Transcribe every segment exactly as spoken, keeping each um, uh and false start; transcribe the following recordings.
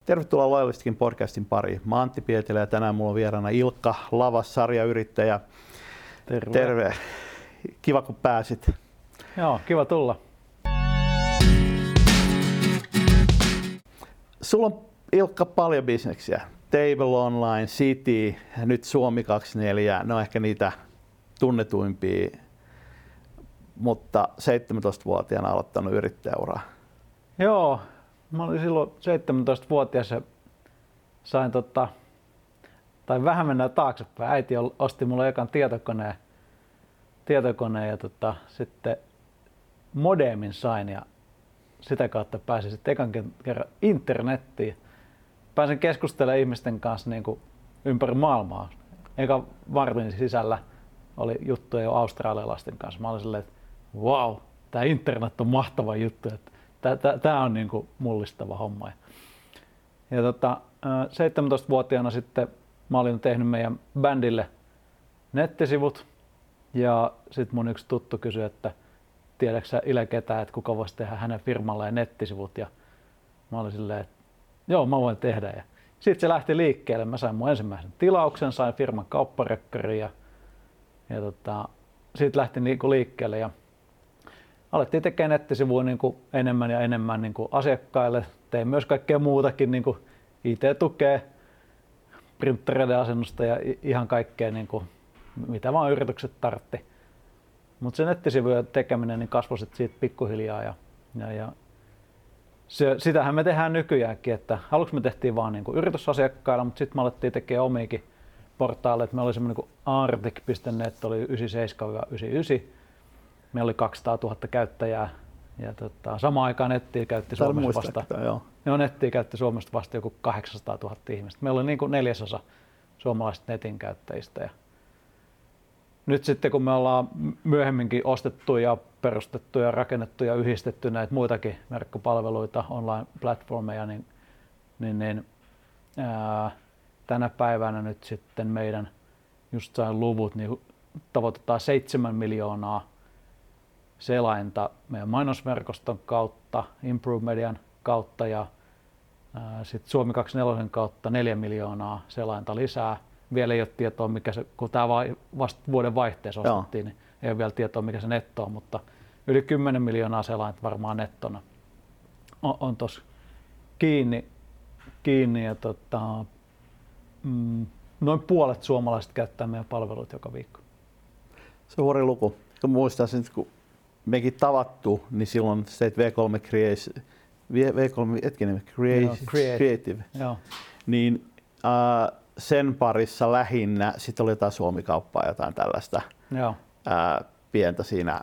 Tervetuloa Loyalistikin podcastin pariin. Mä Antti Pietilä ja tänään mulla on vieraana Ilkka Lavas, sarjayrittäjä. Terve. Terve. Kiva kun pääsit. Joo, kiva tulla. Sulla on Ilkka paljon bisneksiä. Table Online, City, nyt Suomi kaksikymmentäneljä, ne on ehkä niitä tunnetuimpia, mutta seitsemäntoistavuotiaana aloittanut yrittäjäuraa. Joo, mä olin silloin seitsemäntoistavuotias ja sain tota, tai vähän mennään taaksepäin. Äiti osti mulle ekan tietokoneen, tietokoneen ja tota, sitten modemin sain ja sitä kautta pääsin sitten ekan kerran internettiin. Pääsin keskustelemaan ihmisten kanssa niin kuin ympäri maailmaa. Eka vartin sisällä oli juttuja jo australialaisten kanssa. Mä olin silleen, että wow, tää internet on mahtava juttu. Tää on niin kuin mullistava homma. Ja tota, seitsemäntoistavuotiaana sitten mä olin tehnyt meidän bändille nettisivut. Ja sitten mun yksi tuttu kysyi, että tiedätkö sä Ile ketään, että kuka voisi tehdä hänen firmalleen nettisivut. Ja mä olin silleen, että joo, mä voin tehdä. Ja sitten se lähti liikkeelle. Mä sain mun ensimmäisen tilauksen, sain firman kaupparekkarin ja, ja tota, siitä lähti niinku liikkeelle. Ja alettiin tekemään nettisivuja niinku enemmän ja enemmän niinku asiakkaille. Tein myös kaikkea muutakin, niinku I T-tukea, printtereiden asennusta ja ihan kaikkea, niinku, mitä vaan yritykset tartti. Mutta se nettisivujen tekeminen niin kasvoi sit siitä pikkuhiljaa. Ja, ja, ja Se, sitähän me tehdään nykyäänkin, että aluksi me tehtiin vaan niin kuin yritysasiakkailla, mutta sitten me alettiin tekemään omiakin portaaleja. Meillä oli semmoinen kuin artik piste net, oli yhdeksänkymmentäseitsemän yhdeksänkymmentäyhdeksän. Meillä oli kaksisataatuhatta käyttäjää ja tota, samaan aikaan nettiä käytti Suomessa vasta. Joo, nettiä käytti Suomesta vasta joku kahdeksansataatuhatta ihmistä. Meillä oli niin kuin neljäsosa suomalaisista netin käyttäjistä. Ja nyt sitten kun me ollaan myöhemminkin ostettu ja perustettu ja rakennettu ja yhdistetty näitä muitakin verkkopalveluita, online-platformeja, niin, niin, niin ää, tänä päivänä nyt sitten meidän, just sain luvut, niin tavoitetaan seitsemän miljoonaa selainta meidän mainosverkoston kautta, Improve Median kautta ja sitten Suomi kaksikymmentäneljä kautta neljä miljoonaa selainta lisää. Vielä ei ole tietoa, mikä se, kun tämä vasta vuoden vaihteessa ostettiin, niin ei ole vielä tietoa, mikä se netto on, mutta yli kymmenen miljoonaa selainta varmaan nettona on, on tuossa kiinni, kiinni ja tota, mm, noin puolet suomalaiset käyttää meidän palveluita joka viikko. Se on huori luku. Kun muistaisin, kun mekin tavattu, niin silloin se V kolme Creative, V kolme etkinen, Creative, Creative. Creative. Joo. Niin uh, sen parissa lähinnä, sitten oli jotain Suomi-kauppaa, jotain tällaista Joo. Ää, pientä siinä,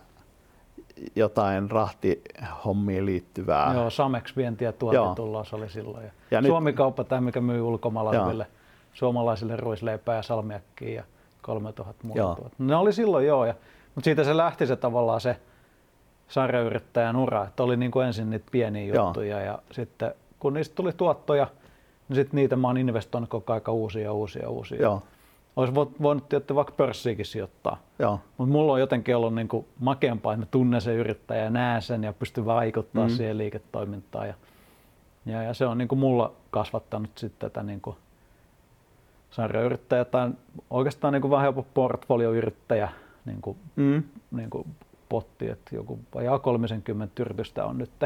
jotain rahtihommiin liittyvää. Joo, Samex vienti ja tuotetulous oli silloin. Ja ja Suomi-kauppa, tämä mikä myy ulkomaalaisille, suomalaisille ruisleipää ja salmiakkiin ja kolmetuhatta muuta. Ne oli silloin joo, ja, mutta siitä se lähti se tavallaan se sarjayrittäjän ura, että oli niin kuin ensin niitä pieniä juttuja ja sitten kun niistä tuli tuottoja, niin sitten niitä mä oon investoinut koko aika uusia ja uusia ja uusia. Joo. Olisi voinut tietysti vaikka pörssiikin sijoittaa. Mutta mulla on jotenkin ollut niinku makeampaa, että mä tunnen sen yrittäjän ja näen sen ja pystyn vaikuttamaan mm. siihen liiketoimintaan. Ja, ja, ja se on niinku mulla kasvattanut sitten tätä niinku sarjayrittäjä tai oikeastaan niinku vähän jopa portfolioyrittäjä niinku, mm. niinku potti, että joku vajaa kolmekymmentä yritystä on nyt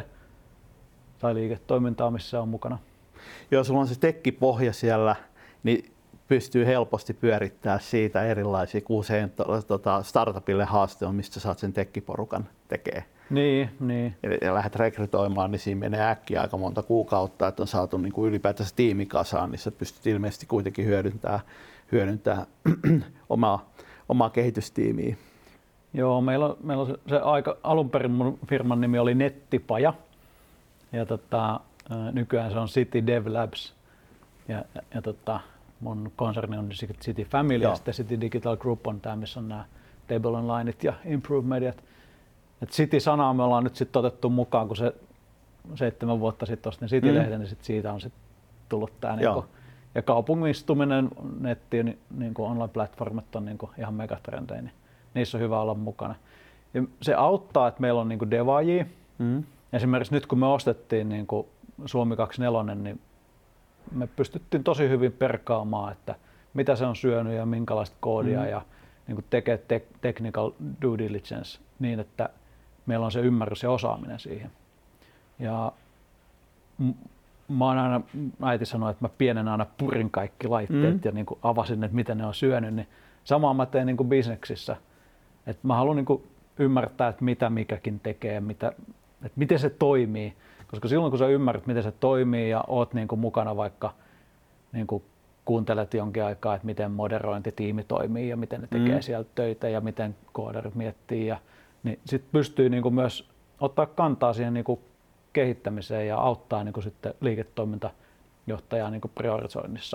tai liiketoimintaa, missä on mukana. Joo, sulla on se tekkipohja siellä, niin pystyy helposti pyörittämään siitä erilaisia, kun usein tota, startupille haaste on, mistä saat sen tekkiporukan tekee. Niin, niin. Ja, ja lähdet rekrytoimaan, niin siinä menee äkkiä aika monta kuukautta, että on saatu niin kuin ylipäätänsä tiimi kasaan, niin sä pystyt ilmeisesti kuitenkin hyödyntämään, hyödyntämään omaa, omaa kehitystiimiä. Joo, meillä on, meillä on se, se aika, alun perin mun firman nimi oli Nettipaja ja tota, nykyään se on City Dev Labs ja, ja, ja tota, mun konserni on City Family ja sitten City Digital Group on tämä, missä on nämä Table Onlineit ja Improve Mediat. Et City-sanaa me ollaan nyt sitten otettu mukaan, kun se seitsemän vuotta sitten ostin City-lehden, mm. niin sit siitä on sit tullut tämä. Niinku, ja kaupungistuminen, netti, niinku online-platformit on niinku ihan megatrendejä, niin niissä on hyvä olla mukana. Ja se auttaa, että meillä on niinku devaajia. Mm. Esimerkiksi nyt kun me ostettiin niinku Suomi kaksikymmentäneljä, niin me pystyttiin tosi hyvin perkaamaan, että mitä se on syönyt ja minkälaista koodia mm. ja niin kuin tekee te- technical due diligence niin, että meillä on se ymmärrys ja osaaminen siihen. Ja m- mä oon aina, äiti sanoi, että mä pienenä aina purin kaikki laitteet mm. ja niin kuin avasin, että miten ne on syönyt, niin samaa mä teen niin kuin bisneksissä. Että mä haluan niin kuin ymmärtää, että mitä mikäkin tekee, mitä, että miten se toimii. Koska silloin kun sä ymmärrät, miten se toimii ja oot niin kuin mukana vaikka niin kuin kuuntelet jonkin aikaa, että miten moderointitiimi toimii ja miten ne tekee mm. sieltä töitä ja miten koodarit miettii, ja, niin sit pystyy niin kuin myös ottaa kantaa siihen niin kuin kehittämiseen ja auttaa niin kuin sitten liiketoimintajohtajaa niin kuin priorisoinnissa.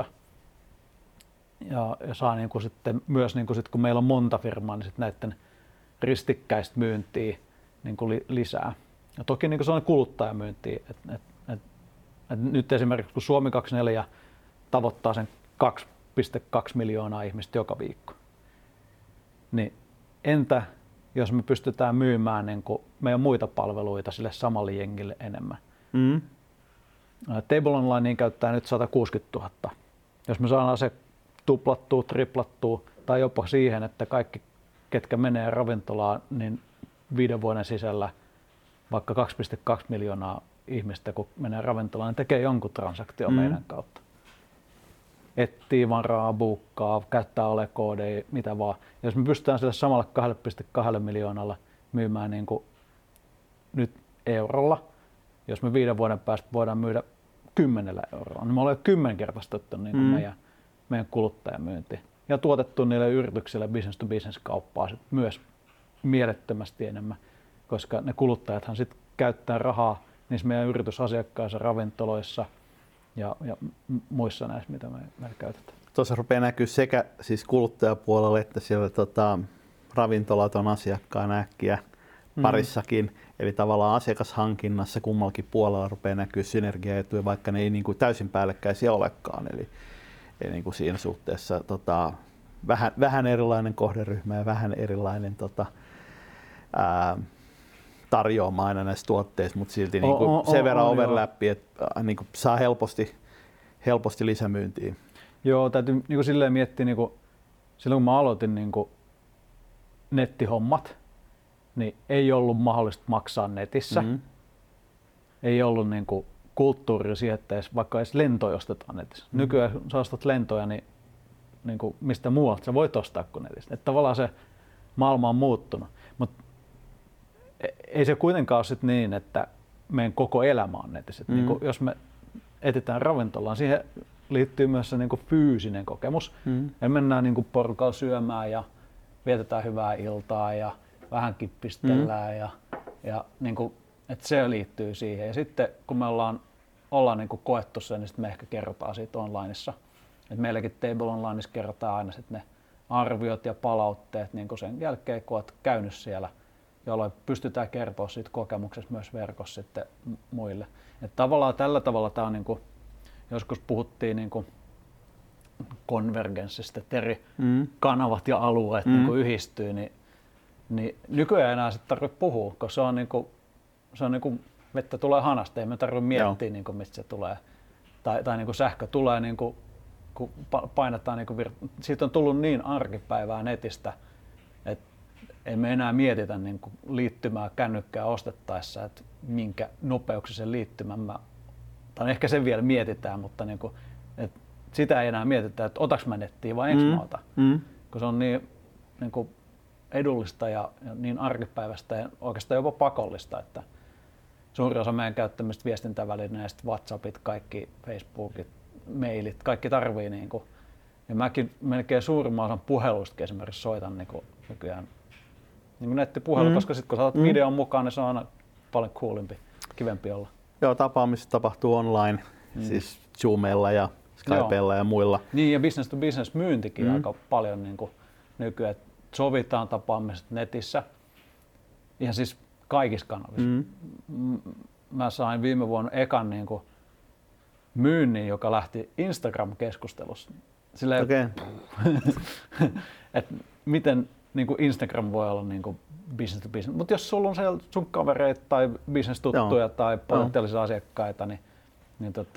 Ja, ja saa niin kuin sitten myös, niin kuin sit, kun meillä on monta firmaa, niin sit näiden ristikkäistä myyntiä niin kuin li, lisää. Ja toki niin kuin sellainen kuluttajamyyntiä. Et, et, et, et nyt esimerkiksi kun Suomi kaksikymmentäneljä tavoittaa sen kaksi pilkku kaksi miljoonaa ihmistä joka viikko, niin entä jos me pystytään myymään niin kuin meidän muita palveluita sille samalle jengille enemmän? Mm. Table Online käyttää nyt sata kuusikymmentätuhatta. Jos me saadaan se tuplattua, triplattua tai jopa siihen, että kaikki, ketkä menee ravintolaan, niin viiden vuoden sisällä vaikka kaksi pilkku kaksi miljoonaa ihmistä, kun menee ravintolaan, niin tekee jonkun transaktion mm. meidän kautta. Etsii varaa, buukkaa, käyttää olekoodeja, mitä vaan. Ja jos me pystytään sille samalle kaksi pilkku kaksi miljoonalla myymään niin kuin nyt eurolla, jos me viiden vuoden päästä voidaan myydä kymmenellä eurolla, niin me ollaan jo kymmenkertaistettu niin kuin mm. meidän, meidän kuluttajamyynti. Ja tuotettu niille yrityksille business to business kauppaa sit myös mielettömästi enemmän, koska ne kuluttajathan sitten käyttää rahaa niissä meidän yritysasiakkaissa, ravintoloissa ja, ja muissa näissä, mitä me, me käytetään. Tuossa rupeaa näkyä sekä siis kuluttajapuolella että siellä tota, ravintolaton asiakkaan äkkiä parissakin. Mm. Eli tavallaan asiakashankinnassa kummallakin puolella rupeaa näkyä synergiaetuja, vaikka ne ei niin kuin täysin päällekkäisiä olekaan. Eli, eli niin kuin siinä suhteessa tota, vähän, vähän erilainen kohderyhmä ja vähän erilainen tota, ää, tarjoama aina näissä tuotteissa, mutta silti niin kuin oh, oh, sen verran oh, overlappi, että niin kuin saa helposti, helposti lisämyyntiä. Joo, täytyy niin kuin silleen miettiä, niin kuin, silloin kun mä aloitin niin kuin nettihommat, niin ei ollut mahdollista maksaa netissä. Mm-hmm. Ei ollut niin kuin kulttuuria siihen, että edes, vaikka edes lentoja ostetaan netissä. Mm-hmm. Nykyään kun sä ostat lentoja, niin, niin kuin mistä muualta sä voit ostaa kuin netissä. Että tavallaan se maailma on muuttunut. Mut ei se kuitenkaan ole sit niin, että meidän koko elämä on netissä. Mm-hmm. Niin kuin jos me etsitään ravintolaan, siihen liittyy myös se niin kuin fyysinen kokemus. Mm-hmm. Ja mennään niin kuin porukalla syömään ja vietetään hyvää iltaa ja vähän kippistellään mm. ja, ja niin kuin, että se liittyy siihen. Ja sitten kun me ollaan, ollaan niin kuin koettu sen, niin sitten me ehkä kerrotaan siitä onlineissa. Et meilläkin Table Onlineissa kerrotaan aina sit ne arviot ja palautteet niin kuin sen jälkeen, kun olet käynyt siellä, jolloin pystytään kertoa siitä kokemuksesta myös verkossa sitten muille. Et tavallaan tällä tavalla tämä on, niin kuin, joskus puhuttiin niin kuin konvergenssista, että eri mm. kanavat ja alueet mm. niin kuin yhdistyy, niin niin nykyään ei enää sitten tarvitse puhua, koska se on niinku, se on niinku vettä tulee hanasta, ei me tarvitse miettiä niinku, mistä se tulee. Tai, tai niinku sähkö tulee, niinku, kun painetaan, niinku vir- siitä on tullut niin arkipäivää netistä, että ei me enää mietitä niinku liittymää kännykkää ostettaessa, että minkä nopeuksisen liittymän mä, tai ehkä sen vielä mietitään, mutta niinku, et sitä ei enää mietitä, että otaks mä nettiin vai enkö mm. mä ota, mm. kun se on niin niinku, edullista ja, ja niin arkipäiväistä ja oikeastaan jopa pakollista, että suurin osa meidän käyttämistä viestintävälineistä, WhatsAppit, kaikki Facebookit, mailit, kaikki tarvii niin kuin, ja mäkin melkein suurimman osan puheluistakin esimerkiksi soitan niin kuin nykyään niin kuin nettipuhelu, mm. koska sitten kun sä otat mm. videon mukaan, niin se on aina paljon coolimpi, kivempi olla. Joo, tapaamista tapahtuu online, mm. siis Zoomilla ja Skypeilla ja muilla. Niin, ja business to business myyntikin mm. aika paljon niin kuin nykyään. Sovitaan tapaamiset netissä, ihan siis kaikissa kanavissa. Mm. Mä sain viime vuonna ekan niin kuin myynnin, joka lähti Instagram-keskustelussa. Silleen, okay. että miten niin kuin Instagram voi olla niin kuin business to business. Mutta jos sulla on siellä sun kavereita tai business-tuttuja Joo. tai potentiaalisia asiakkaita, niin, niin tota,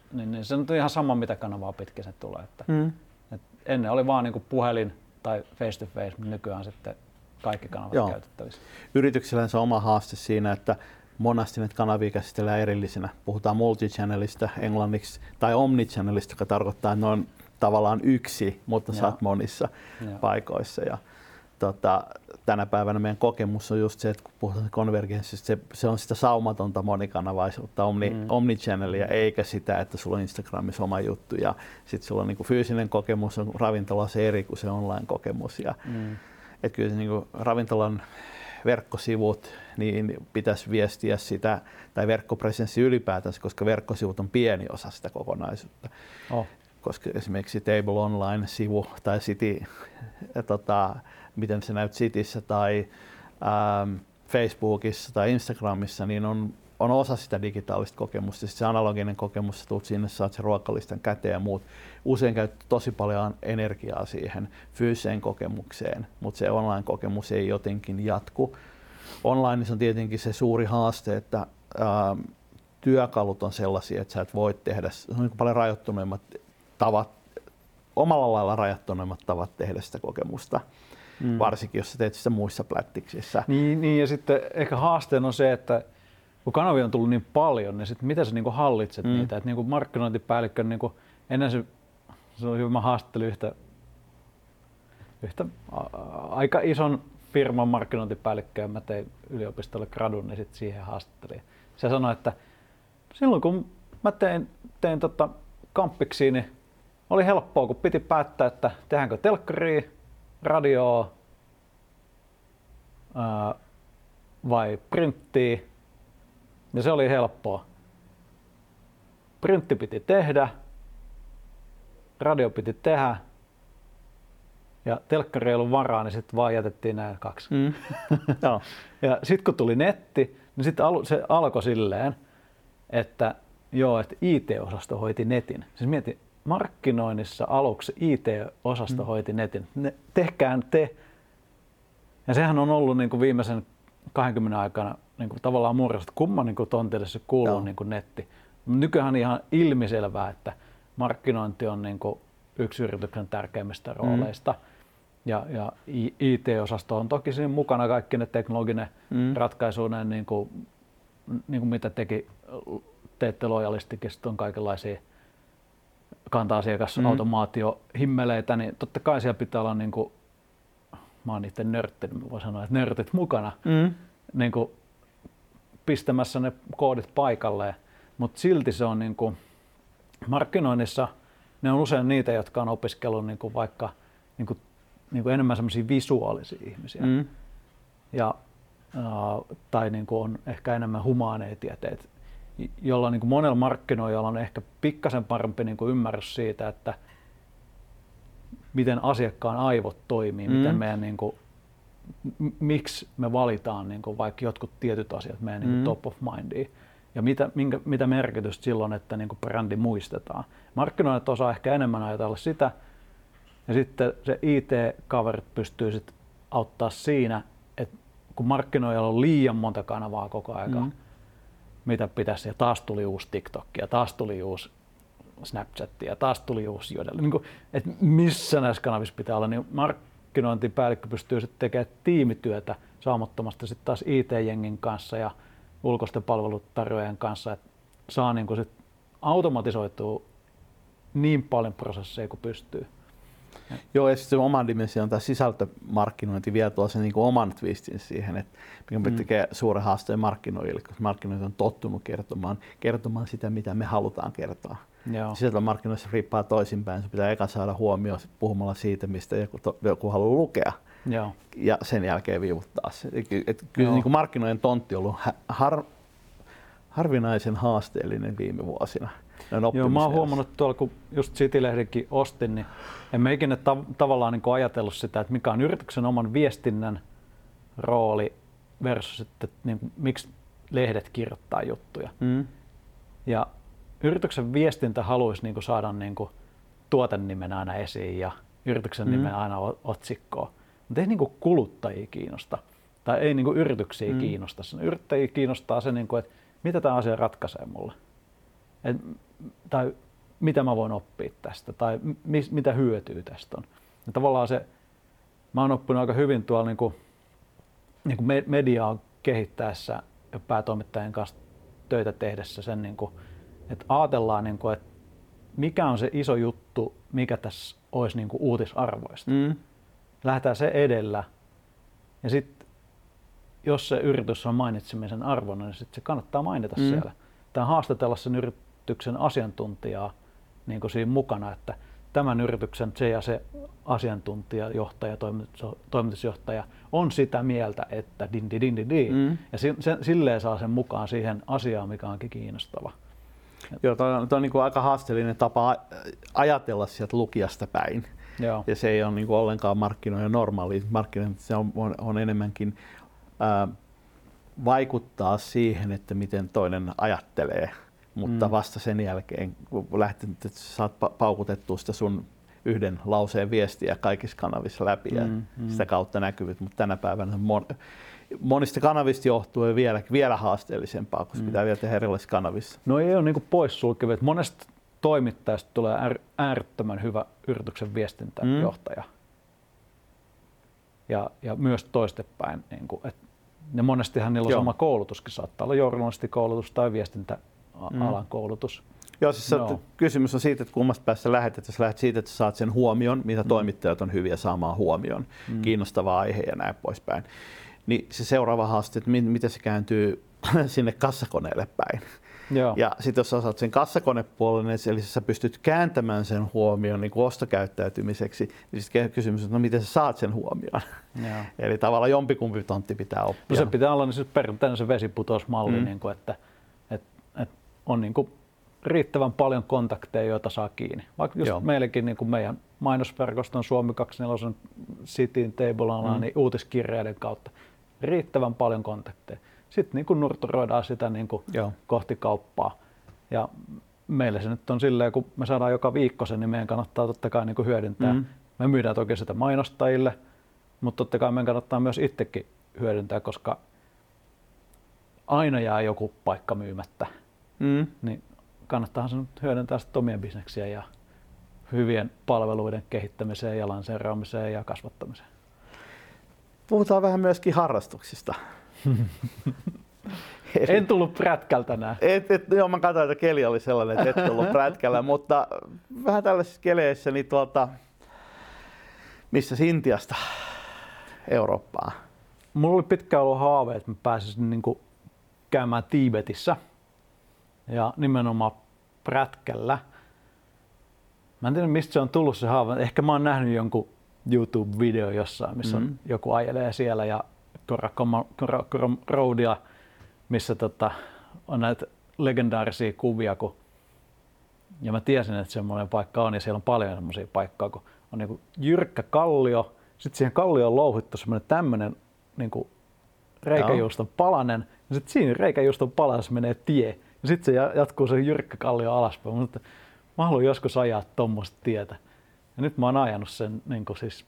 niin, niin se on ihan sama, mitä kanavaa pitkin se tulee. Että, mm. et ennen oli vaan niinku puhelin tai face to face, mutta nykyään sitten kaikki kanavat Joo. käytettävissä. Yrityksellä se on oma haaste siinä, että monasti näitä kanavia käsitellään erillisenä. Puhutaan multichannelista englanniksi tai omnichannelista, joka tarkoittaa, että ne on tavallaan yksi, mutta sä oot monissa Joo. paikoissa. Ja, tota, tänä päivänä meidän kokemus on just se, että kun puhutaan konvergenssista, se, se on sitä saumatonta monikanavaisuutta, omni, mm. omnichannelia, eikä sitä, että sulla on Instagramissa oma juttu ja sitten sulla on niinku fyysinen kokemus on ravintolassa eri kuin se online-kokemus. Ja, mm. et kyllä se niinku ravintolan verkkosivut, niin pitäisi viestiä sitä, tai verkkopresenssi ylipäätänsä, koska verkkosivut on pieni osa sitä kokonaisuutta. Oh. Koska esimerkiksi Table Online-sivu tai City, tota, miten se näyt Cityssä tai ähm, Facebookissa tai Instagramissa, niin on, on osa sitä digitaalista kokemusta. Sitten se analoginen kokemus, että tulet sinne, saat sen ruokalistan käteen ja muut. Usein käyttää tosi paljon energiaa siihen fyysiseen kokemukseen, mutta se online-kokemus ei jotenkin jatku. Online on tietenkin se suuri haaste, että ähm, työkalut on sellaisia, että sä et voi tehdä, se on niin paljon rajoittuneimmat tavat, omalla lailla rajoittuneimmat tavat tehdä sitä kokemusta, mm. varsinkin jos sä teet sitä muissa plättiksissä. Niin, niin ja sitten ehkä haasteena on se, että kun kanavia on tullut niin paljon, niin sitten miten sä niinku hallitset mm. niitä, että niinku markkinointipäällikkö, niinku, ennen se, se oli hyvä, mä haastattelin yhtä, yhtä a, aika ison firman markkinointipäällikköä, ja mä tein yliopistolle gradun, niin sitten siihen haastattelin. Se sanoi, että silloin kun mä tein, tein tota kamppiksi, niin oli helppoa, kun piti päättää, että tehdäänkö telkkaria, radioa ää, vai printtiä. Ja se oli helppoa. Printti piti tehdä, radio piti tehdä ja telkkari ei ollut varaa, niin sitten vaan jätettiin nämä kaksi. Mm. no. Ja sitten kun tuli netti, niin sitten se alkoi silleen, että joo, että I T-osasto hoiti netin. Siis mieti, markkinoinnissa aluksi I T-osasto mm. hoiti netin. Ne, tehkään te. Ja sehän on ollut niin kuin viimeisen kahdenkymmenen aikana niin kuin tavallaan murros, että kumman niin kuin tontille se kuuluu niin kuin netti. Nykyään on ihan ilmiselvää, että markkinointi on niin kuin yksi yrityksen tärkeimmistä rooleista. Mm. Ja, ja I T-osasto on toki siinä mukana kaikki ne teknologinen mm. ratkaisuinen, niin kuin, niin kuin mitä teki, teette lojalistikin, on kaikenlaisia kanta-asiakasautomaatiohimmeleitä, niin totta kai siellä pitää olla, niin kuin, mä oon niiden nörtti, niin voin sanoa, että nörtit mukana, mm. niin kuin, pistämässä ne koodit paikalleen, mutta silti se on niin kuin, markkinoinnissa, ne on usein niitä, jotka on opiskellut niin kuin vaikka niin kuin, niin kuin enemmän semmoisia visuaalisia ihmisiä, mm. ja, uh, tai niin kuin on ehkä enemmän humaaneja tieteet, jolla niin kuin monella markkinoijalla on ehkä pikkasen parempi niin kuin ymmärrys siitä, että miten asiakkaan aivot toimii, mm. miten meidän, niin kuin, m- miksi me valitaan niin kuin vaikka jotkut tietyt asiat meidän mm. niin kuin top of mindiin ja mitä, minkä, mitä merkitystä silloin, että niin kuin brändi muistetaan. Markkinoijat osaa ehkä enemmän ajatella sitä ja sitten se I T-kaverit pystyy sit auttaa siinä, että kun markkinoijalla on liian monta kanavaa koko ajan, mm. mitä pitäisi, ja taas tuli uusi TikTok, ja taas tuli uusi Snapchat, ja taas tuli uusi Jodel. Niin kuin, että missä näissä kanavissa pitää olla, niin markkinointipäällikkö pystyy sitten tekemään tiimityötä saamattomasti sitten taas I T-jengin kanssa ja ulkoisten palvelutarjoajien kanssa, että saa niin kuin sit automatisoitua niin paljon prosesseja kuin pystyy. Joo, ja sitten se oman dimension tai sisältömarkkinointi vie tuo sen niin kuin oman twistin siihen, että mikä mm. tekee suuren haasteen markkinoille, koska markkinointi on tottunut kertomaan, kertomaan sitä, mitä me halutaan kertoa. Sisältömarkkinoissa riippaa toisinpäin, se pitää eka saada huomioon puhumalla siitä, mistä joku, to, joku haluaa lukea. Joo. Ja sen jälkeen viivuttaa se. Et kyllä niin kuin markkinoiden tontti on ollut har, harvinaisen haasteellinen viime vuosina. Joo, mä oon huomannut tuolla, kun just City-lehdenkin ostin, niin en mä ikinä tav- tavallaan niin kuin ajatellut sitä, että mikä on yrityksen oman viestinnän rooli versus, että niin kuin, miksi lehdet kirjoittaa juttuja. Mm. Ja yrityksen viestintä haluaisi niin kuin saada niin kuin tuotenimen aina esiin ja yrityksen mm. nimen aina otsikkoon, mutta ei niin kuin kuluttajia kiinnosta tai ei niin kuin yrityksiä mm. kiinnosta. Yrittäjiä kiinnostaa se, niin kuin, että mitä tämä asia ratkaisee mulle. Et, tai mitä mä voin oppia tästä tai mis, mitä hyötyä tästä on. Ja tavallaan se, mä oon oppinut aika hyvin tuolla niin kuin, niin kuin mediaa kehittäessä ja päätoimittajien kanssa töitä tehdessä sen, niin kuin, että ajatellaan, niin kuin, että mikä on se iso juttu, mikä tässä olisi niin kuin uutisarvoista. Mm. Lähdetään se edellä ja sitten jos se yritys on mainitsemisen arvoinen, niin sitten se kannattaa mainita mm. siellä. Tai haastatella sen yrityksen asiantuntijaa niin kuin siinä mukana, että tämän yrityksen se ja se asiantuntija, johtaja, toimitusjohtaja on sitä mieltä, että din di din di di. Mm. Ja se, silleen saa sen mukaan siihen asiaan, mikä onkin kiinnostava. Joo, toi on, toi on niin kuin aika haasteellinen tapa ajatella sieltä lukijasta päin. Joo. Ja se ei ole niin kuin ollenkaan markkinoiden normaali. Markkinoiden se on, on, on enemmänkin ää, vaikuttaa siihen, että miten toinen ajattelee. Mutta mm. vasta sen jälkeen, kun lähtet, että saat paukutettua sitä sun yhden lauseen viestiä kaikissa kanavissa läpi ja mm, mm. sitä kautta näkyvyyttä. Mutta tänä päivänä mon, monista kanavista johtuen vielä, vielä haasteellisempaa, koska mm. pitää vielä tehdä erilaisissa kanavissa. No ei ole niin poissulkevia. Monesta toimittajasta tulee äärettömän hyvä yrityksen viestintäjohtaja. Mm. Ja, ja myös toistepäin. Niin kuin, että ne monestihan niillä on Joo. sama koulutuskin. Saattaa olla journalistikoulutus tai viestintä. Mm. alan koulutus. Joo, siis no. kysymys on siitä, että kummasta päästä lähdet, jos lähdet siitä, että saat sen huomion, mitä mm. toimittajat on hyviä saamaan huomioon, mm. kiinnostava aihe ja näin poispäin. Niin se seuraava haaste, että miten se kääntyy sinne kassakoneelle päin. Joo. Ja sitten jos sä saat sen kassakonepuolelle, eli sä pystyt kääntämään sen huomion niin kuin ostokäyttäytymiseksi, niin sitten kysymys on, no miten sä saat sen huomioon. Joo. Eli tavallaan jompikumpi tontti pitää oppia. No se pitää olla niin se perinteinen se vesiputousmalli, mm. niin kuin, että on niin kuin riittävän paljon kontakteja, joita saa kiinni. Vaikka just Joo. meillekin niin kuin meidän mainosverkoston Suomi kaksikymmentäneljä, Cityn, Table mm. niin uutiskirjeiden kautta riittävän paljon kontakteja. Sitten niin kuin nurturoidaan sitä niin kuin kohti kauppaa. Ja meille se nyt on silleen, kun me saadaan joka viikko sen, niin meidän kannattaa totta kai niin kuin hyödyntää. Mm. Me myydään toki sitä mainostajille, mutta totta kai meidän kannattaa myös itsekin hyödyntää, koska aina jää joku paikka myymättä. Mm. Niin kannattaahan se nyt hyödyntää sitten omia bisneksiä ja hyvien palveluiden kehittämiseen ja lanseeraamiseen ja kasvattamiseen. Puhutaan vähän myöskin harrastuksista. En tullut prätkältä tänään. Et, et, joo, mä katsoin, että keli oli sellainen, että et tullut prätkällä, mutta vähän tällaisissa keleissä, niin tuolta, missä Intiasta Eurooppaan? Mulla oli pitkään ollut haave, että mä pääsisin niin kuin käymään Tiibetissä. Ja nimenomaan prätkällä. Mä en tiedä, mistä se on tullut se haava. Ehkä mä oon nähnyt jonkun YouTube-video jossain, missä mm-hmm. on joku ajelee siellä ja Karakoram Roadia, missä tota, on näitä legendaarisia kuvia. Kun, ja mä tiesin, että semmoinen paikka on ja siellä on paljon semmoisia paikkoja, kun on niinku jyrkkä kallio. Sitten siihen kallioon on louhittu semmoinen tämmöinen niinku reikäjuuston palanen. Ja sitten siinä reikäjuuston palasessa menee tie. Ja sitten se jatkuu se jyrkkä kallio alaspäin, mutta mä haluan joskus ajaa tuommoista tietä. Ja nyt mä oon ajanut sen niin kuin siis...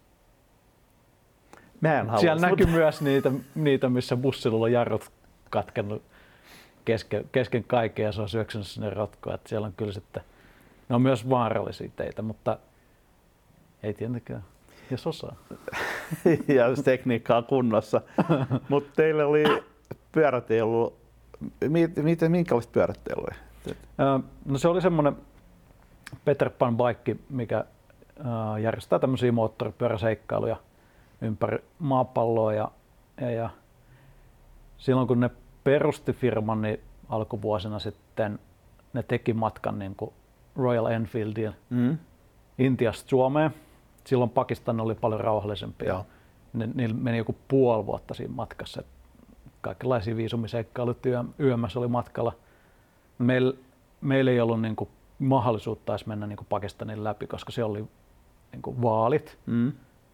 Mä en halua, siellä näkyy mutta... myös niitä, niitä, missä bussilla on jarrut katkennut kesken, kesken kaiken ja se on syöksynyt sinne rotkoon. Että siellä on kyllä sitten... Ne on myös vaarallisia teitä, mutta ei tietenkään, jos osaa. Ja jos tekniikka on kunnossa. Mutta teillä oli pyörät ei ollut... Miten, minkälaiset pyörät teillä oli? No se oli semmoinen Peter Pan bike, mikä järjestää tämmöisiä moottoripyöräseikkailuja ympäri maapalloa. Ja, ja, ja silloin kun ne perusti firman, niin alkuvuosina sitten ne teki matkan niin kuin Royal Enfieldiin mm. Intiasta Suomeen. Silloin Pakistan oli paljon rauhallisempi. Ne, niillä meni joku puoli vuotta siinä matkassa. Kaikenlaisia viisumiseikkailuja yömässä oli matkalla. Meillä meil ei ollut niin kuin mahdollisuutta edes mennä niin kuin Pakistanin läpi, koska se oli niin kuin vaalit. Mm.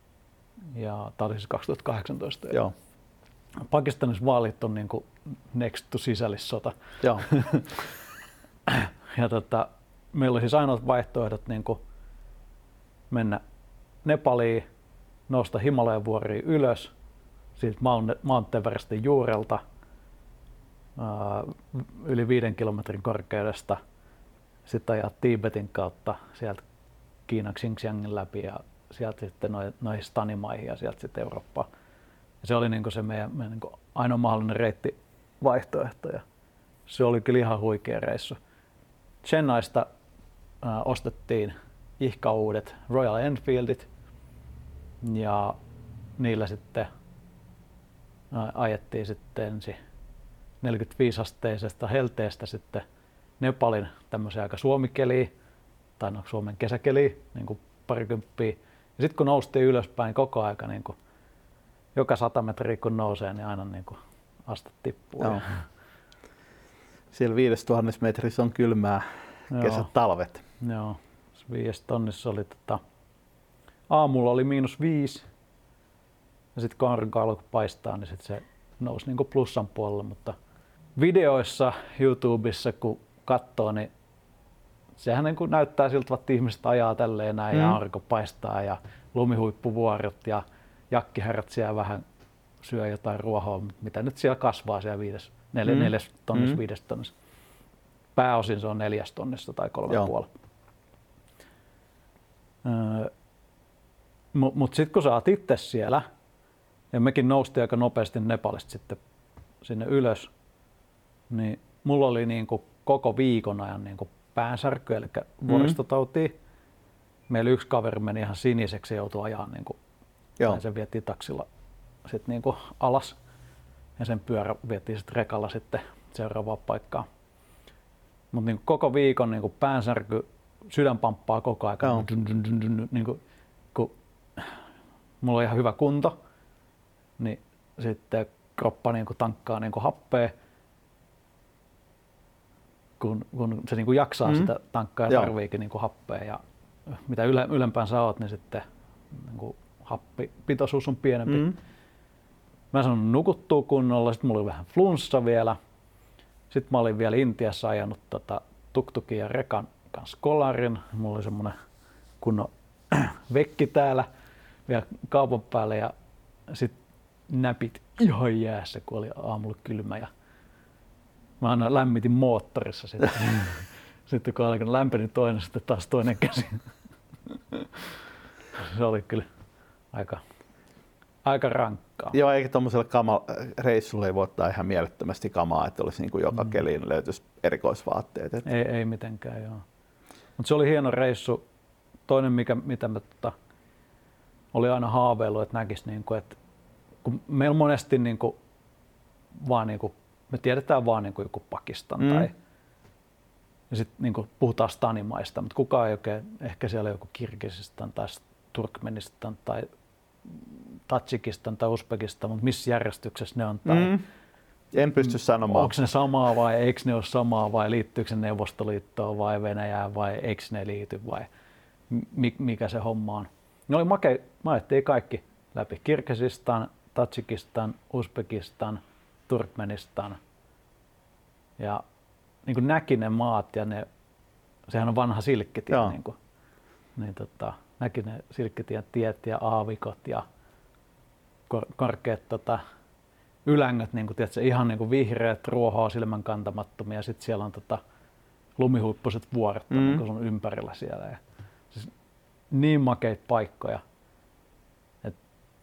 Ja tämä oli siis kaksituhattakahdeksantoista. Joo. Pakistanissa vaalit on niin kuin next to sisällissota. Joo. Ja tota, meillä oli siis ainoat vaihtoehdot niin kuin mennä Nepaliin, nousta Himalajan vuoriin ylös, siitä Mount Everestin juurelta, yli viiden kilometrin korkeudesta, sitten ajaa Tiibetin kautta sieltä Kiinan Xinjiangin läpi ja sieltä sitten noihin stanimaihin ja sieltä sitten Eurooppaan. Ja se oli niinku se meidän, meidän niinku ainoa mahdollinen reittivaihtoehto ja se oli kyllä ihan huikea reissu. Chennaiista äh, ostettiin ihka uudet Royal Enfieldit ja niillä sitten äh, ajettiin sitten ensin neljäkymmentäviisi asteisesta helteestä sitten Nepalin tämmöiseen aika suomikeliin tai no Suomen kesäkeliin niin kuin parikymppiä. Ja sitten kun noustiin ylöspäin koko aika niin kuin joka sata metriä kun nousee, niin aina niin kuin aste tippuu. Joo. Siellä viidestuhannes metrissä on kylmää kesät, talvet. Joo, viides tonnissa oli tota, aamulla oli miinus viisi ja sitten kun aurinko alkoi paistaa, niin sit se nousi niin kuin plussan puolelle, mutta videoissa YouTubessa kun katsoo, niin sehän niin kuin näyttää siltä, että ihmiset ajaa tälleen näin mm. ja aurinko paistaa ja lumihuippuvuorot ja jakkiherrat siellä vähän syö jotain ruohoa, mitä nyt siellä kasvaa siellä viides, neljä, mm. neljäs tonnissa, mm. viides tonnissa. Pääosin se on neljäs tonnissa tai kolme puoli. Öö, Mutta mut sitten kun sä oot itse siellä, ja mekin noustiin aika nopeasti Nepalista sitten sinne ylös, niin mulla oli niinku koko viikon ajan niinku päänsärky, eli vuoristotautia. Mm. Meillä yksi kaveri meni ihan siniseksi ja joutui ajaa, niinku, sen vietiin taksilla sit niinku alas ja sen pyörä vietiin sit rekalla sitten seuraavaan paikkaan. Mutta niinku koko viikon niinku päänsärky, sydän pamppaa koko ajan, niinku, kun mulla on ihan hyvä kunto, niin sitten kroppa niinku tankkaa niinku happea, kun, kun se niinku jaksaa mm. sitä tankkaa ja tarviikin niinku happea. Ja mitä yle, ylempään sä oot, niin sitten niinku happipitoisuus on pienempi. Mm. Mä sanon nukuttua kunnolla, sitten mulla oli vähän flunssa vielä. Sitten mä olin vielä Intiassa ajanut tota tuktukin ja rekan kanssa kolarin. Mulla oli semmonen kunnon vekki täällä vielä kaupan päälle ja sitten näpit ihan jäässä, kun oli aamulla kylmä. Ja mä aina lämmitin moottorissa sitten. Sitten kun alkoi lämpeni toinen, sitten taas toinen käsi. Se oli kyllä aika, aika rankkaa. Joo, eikä tuommoiselle reissulle ei voi ottaa ihan mielettömästi kamaa, että olisi niin kuin joka mm. keliin löytyisi erikoisvaatteet. Että. Ei, ei mitenkään, joo. Mutta se oli hieno reissu. Toinen, mikä, mitä mä tota, oli aina haaveillut, että näkisi, niin kuin, että kun meillä monesti niin kuin, vaan niin kuin, me tiedetään vaan niin kuin joku Pakistan mm. tai ja sitten niin kuin puhutaan stanimaista, mutta kukaan ei oikein, ehkä siellä joku Kirgisistan tai Turkmenistan tai Tadžikistan tai Uzbekistan, mutta missä järjestyksessä ne on tai mm. en pysty sanomaan. Onko ne samaa vai eikö ne ole samaa vai liittyykö se Neuvostoliittoon vai Venäjään vai eikö ne liity vai mikä se homma on. Ne oli makea, mä ajettiin kaikki läpi. Kirgisistan, Tadžikistan, Uzbekistan, Turkmenistan ja niin kuin näki ne maat ja ne, sehän on vanha silkkitie, niin, kuin, niin tota, näki ne silkkitien tiet ja aavikot ja kor- korkeat tota, ylängöt, niin kuin, tiedätkö, ihan niin kuin vihreät, ruohoa silmän kantamattomia ja sitten siellä on tota, lumihuippuiset vuoret mm. niin kuin sun ympärillä siellä. Ja, siis, niin makeita paikkoja et,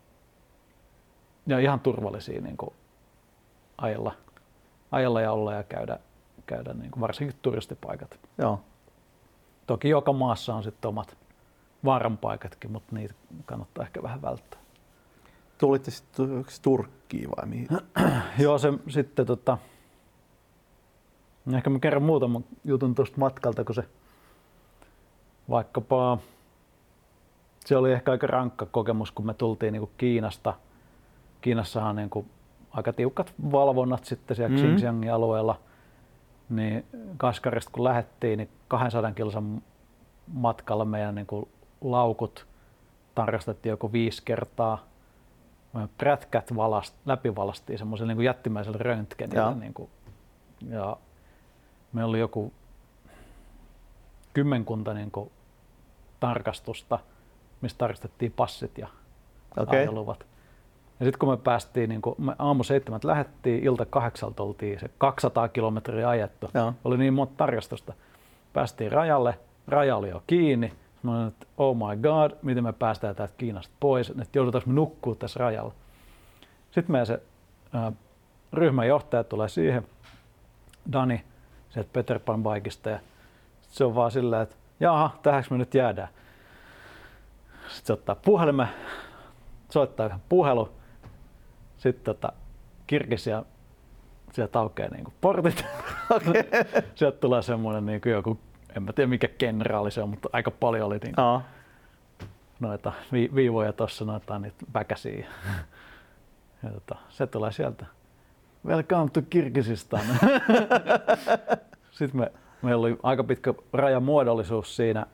ja ihan turvallisia niin kuin, ajella, ajella ja olla ja käydä. käydä niin kuin varsinkin turistipaikat. Joo. Toki joka maassa on sitten omat vaaranpaikatkin, mutta niitä kannattaa ehkä vähän välttää. Tulitte sitten Turkkiin vai mihin? Joo, se sitten tota, ehkä mä kerron muutaman jutun tuosta matkalta, kun se vaikkapa, se oli ehkä aika rankka kokemus, kun me tultiin niin kuin Kiinasta. Kiinassahan on niin kuin aika tiukat valvonnat sitten siellä mm. Xinjiangin alueella. Niin Kaskarista kun lähdettiin, niin kahdensadan kilsan matkalla meidän niin kuin laukut tarkastettiin joku viisi kertaa. Meidän prätkät valast, läpivalastiin semmoisella niin kuin jättimäisellä röntgenillä. Niin kuin, ja meillä oli joku kymmenkunta niin kuin tarkastusta, missä tarkastettiin passit ja okay. ajoluvat. Ja sitten kun me päästiin, niin kun me aamu seitsemät lähdettiin, ilta kahdeksalta oltiin se kaksisataa kilometriä ajettu. Joo. Oli niin monta tarkastusta. Päästiin rajalle, raja oli jo kiinni. Mä olin, että oh my god, miten me päästään täältä Kiinasta pois, että joudutaanko me nukkua tässä rajalla. Sitten meidän se ää, ryhmän johtaja tulee siihen, Dani, sieltä Peter Pan Bikeista, ja se on vaan silleen, että jaha, tähänkö me nyt jäädään. Sitten se ottaa puhelimen, soittaa yhden puhelu, sitten tota, Kirgisia, sieltä aukeaa niinku portit. Okay. Sieltä tulee semmoinen niinku joku, en mä tiedä mikä kenraali se on, mutta aika paljon oli niinku oh. noita vi- viivoja tuossa, noita niitä väkäsiä. Ja tota, se tulee sieltä. Welcome to Kirgisistan. Sitten me, meillä oli aika pitkä rajamuodollisuus siinä.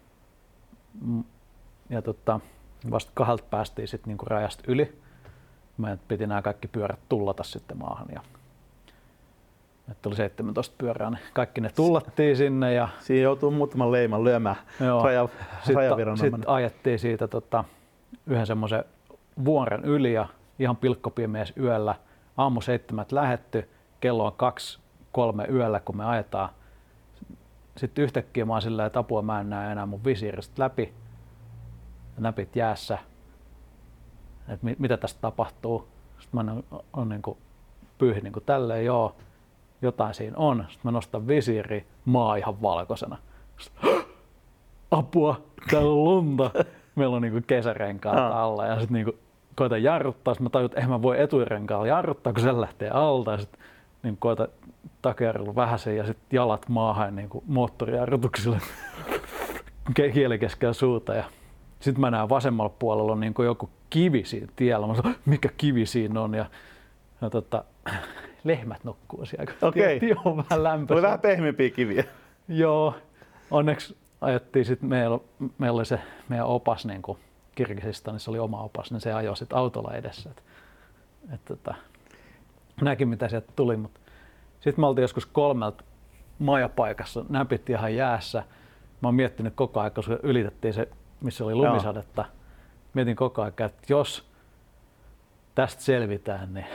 Ja tota, vasta kahdelta päästiin sitten niinku rajasta yli. Meidän piti nämä kaikki pyörät tullata sitten maahan. Ja että oli seitsemäntoista pyörää, niin kaikki ne tullattiin sinne. Ja siinä joutuu muutaman leiman lyömään raja, rajaviranomainen. Sitten ajettiin siitä tota, yhden semmoisen vuoren yli ja ihan pilkkopimeässä yöllä. Aamu seitsemät lähetty, kello on kaksi, kolme yöllä, kun me ajetaan. Sitten yhtäkkiä mä oon silleen, että apua mä en näe enää mun visiiristä läpi. Näpit jäässä. Et mit, mitä tästä tapahtuu? Sitten mä on, on niinku pyyhin niinku tälleen, joo, jotain siinä on. Sitten mä nostan visiiriä, maa ihan valkoisena. Sitten, apua, täällä on lunta. Meillä on niinku kesärenkaat alla ja sitten niinku koitan jarruttaa, sitten mä tajun, että eihän mä voi eturenkaalla jarruttaa, kun se lähtee alta. Ja sitten niin koitan takajarrulla vähäsen ja sitten jalat maahan niin moottorijarrutuksilla kieli keskellä suuta. Ja sitten mä näen vasemmalla puolella on niin joku kivi siinä tiellä. Mä sanon, mikä kivi siinä on? Ja, ja tota, lehmät nukkuu siellä. Okei. Okay. On vähän lämpöistä. Oli vähän pehmeämpiä kiviä. Joo. Onneksi ajettiin sitten, meillä, meillä oli se meidän opas niin kuin Kirgisista, niin se oli oma opas, niin se ajoi sitten autolla edessä. Et, et, tota, näki mitä sieltä tuli, mutta sitten me oltiin joskus kolmelta majapaikassa, näpit ihan jäässä. Mä oon miettinyt koko ajan, kun ylitettiin se, missä oli lumisadetta. Joo. Mietin koko ajan, että jos tästä selvitään, niin,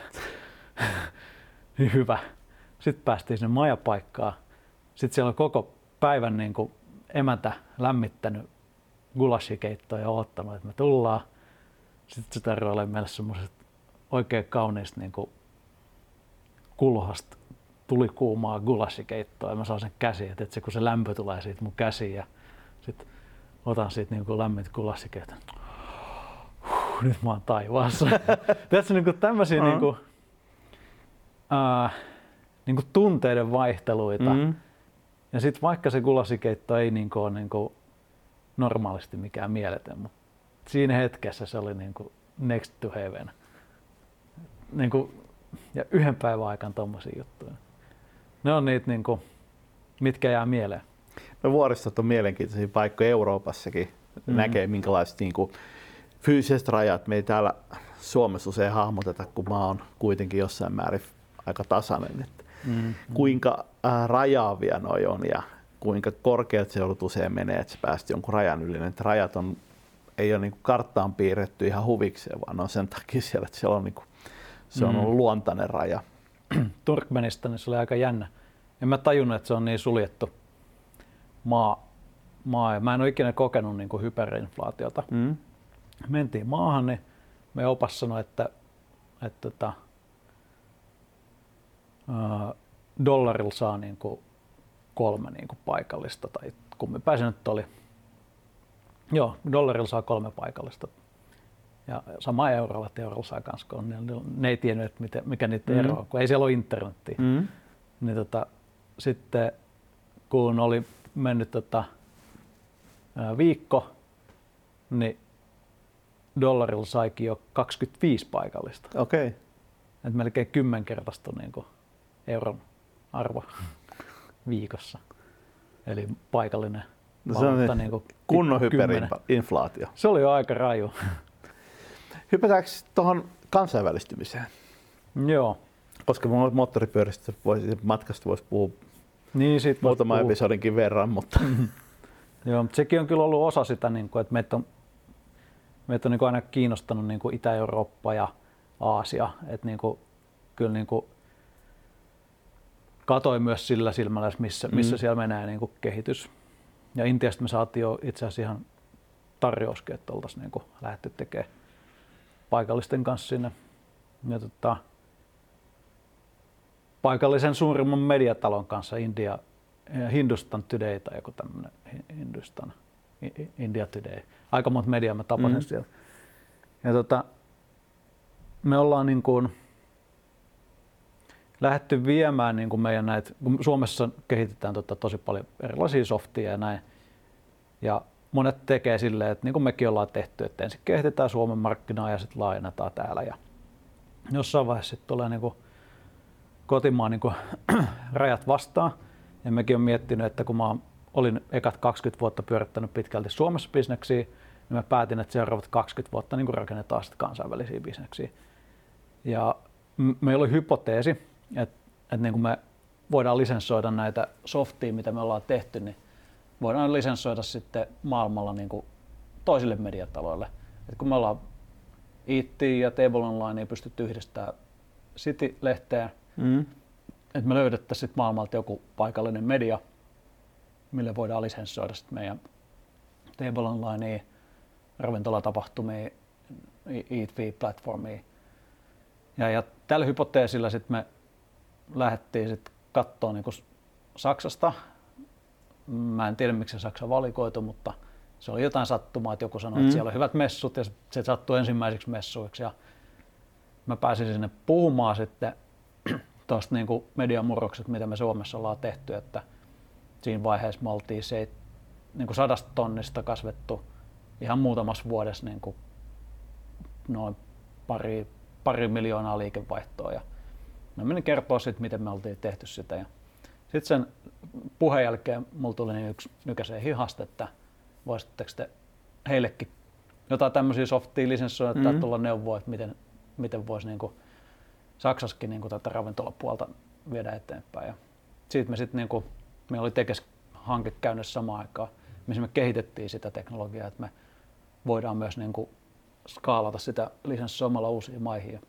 niin hyvä. Sitten päästiin sinne majapaikkaan. Sitten siellä on koko päivän niin kuin emäntä lämmittänyt gulashikeittoa ja odottanut, että me tullaan. Sitten se tarjoilee meille semmoiset oikein kauniista niin kuin kulhasta tuli kuumaa gulashikeittoa ja mä saan sen käsiin, että se, kun se lämpö tulee siitä mun käsiin ja sitten otan siitä niin kuin lämmintä gulashikeittoa. Huh, nyt mä oon taivaassa. Tässä niin kuin tämmöisiä uh-huh. niin kuin, äh, niin kuin tunteiden vaihteluita. Mm-hmm. Ja sitten vaikka se gulashikeitto ei niin kuin ole niin kuin normaalisti mikään mieletön, mutta siinä hetkessä se oli niin kuin next to heaven. Niin kuin, ja yhden päivän aikana tommosia juttuja. Ne on niitä, niin kuin, mitkä jää mieleen. No vuoristot on mielenkiintoisia paikkoja Euroopassakin. Mm-hmm. Näkee minkälaiset niin kuin, fyysiset rajat me ei täällä Suomessa usein hahmoteta, kun maa on kuitenkin jossain määrin aika tasainen. Että mm-hmm. kuinka äh, rajaavia noi on ja kuinka korkeat se joudut usein menee, että se päästi jonkun rajan yli. Että rajat on, ei ole niin kuin karttaan piirretty ihan huvikseen, vaan on sen takia siellä, että siellä on, niin kuin, se on ollut mm. luontainen raja. Turkmenistanissa oli aika jännä. En mä tajunnut, että se on niin suljettu maa. maa. Mä en ole ikinä kokenut niin kuin hyperinflaatiota. Mm. Mentiin maahan, niin me opas sanoi, että, että, että uh, dollarilla saa niin kuin kolme niin kuin paikallista, tai kummin päin nyt oli. Joo, dollarilla saa kolme paikallista. Ja sama eurolla, että eurolla saa kans, kun ne, ne ei tiennyt, että miten, mikä niiden mm. ero on, kun ei siellä ole internettiä. Mm. Niin tota, sitten kun oli mennyt tota, ää, viikko, niin dollarilla saikin jo kaksikymmentäviisi paikallista. Okei. Okay. Et melkein kymmenkertaistui niin kuin euron arvo viikossa. Eli paikallinen no se on niin kuin kunnon hyperinflaatio. Se oli jo aika raju. Hypätäänkö tuohon kansainvälistymiseen? Joo. Koska moottoripyöristä voisi, matkasta voisi puhua niin, muutama episodinkin verran. Mutta. Joo, mutta sekin on kyllä ollut osa sitä, että meitä on, meitä on aina kiinnostanut Itä-Eurooppa ja Aasia. Että niin kuin, kyllä niin kuin katoin myös sillä silmällä, missä, missä mm. siellä menee niin kuin kehitys. Ja Intiasta me saatiin jo itse asiassa ihan tarjouskin, että oltaisiin niin kuin lähdetty tekemään paikallisten kanssa sinne. Ja tota, paikallisen suurimman mediatalon kanssa, India, Hindustan Today tai joku tämmöinen Hindustan, India Today. Aika monta mediaa mä tapasin mm. siellä. Ja tota, me ollaan niin kuin lähdetty viemään niin kuin meidän näitä, kun Suomessa kehitetään tota tosi paljon erilaisia softia ja näin. Ja monet tekee silleen, että niin kuin mekin ollaan tehty, että ensin kehitetään Suomen markkinaa ja sitten laajennetaan täällä. Ja jossain vaiheessa sitten tulee niin kuin kotimaan niin kuin rajat vastaan. Ja mekin on miettinyt, että kun mä olin ekat kaksikymmentä vuotta pyörittänyt pitkälti Suomessa bisneksiä, niin mä päätin, että seuraavat kaksikymmentä vuotta niin kuin rakennetaan sitten kansainvälisiä bisneksiä. Ja meillä oli hypoteesi, että, että niin kuin me voidaan lisenssoida näitä softia, mitä me ollaan tehty, niin voidaan lisenssoida sitten maailmalla niin kuin toisille mediataloille. Et kun me ollaan E T ja Table Online pystytty yhdistämään City-lehteä, mm. että me löydettäisiin sitten maailmalta joku paikallinen media, mille voidaan lisenssoida sitten meidän Table Onlinea, ravintolatapahtumia, Eat Feed-platformia. Ja, ja tällä hypoteesilla sitten me lähdettiin sitten katsoa niin kuin Saksasta. Mä en tiedä, miksi se Saksa valikoitu, mutta se oli jotain sattumaa, että joku sanoi, mm. että siellä on hyvät messut ja se sattui ensimmäiseksi messuiksi. Ja mä pääsin sinne puhumaan sitten tuosta niin kuin mediamurrokset, mitä me Suomessa ollaan tehty, että siinä vaiheessa me oltiin se, niin kuin sadasta tonnista kasvettu ihan muutamassa vuodessa niin kuin noin pari, pari miljoonaa liikevaihtoa. Ja mä menin kertoa sitten, miten me oltiin tehty sitä. Ja sitten sen puheen jälkeen mulla tuli niin yksi nykäiseen hihasta, että voisitteko te heillekin jotain tämmöisiä softia lisenssoida tai mm-hmm. tulla neuvoa, että miten, miten voisi niin kuin Saksassakin niin kuin tätä ravintolapuolta viedä eteenpäin. Ja siitä me sitten, niin kuin, meillä oli Tekes-hanke käynnissä samaan aikaan, missä me kehitettiin sitä teknologiaa, että me voidaan myös niin kuin skaalata sitä lisenssoimalla uusiin maihin. Ja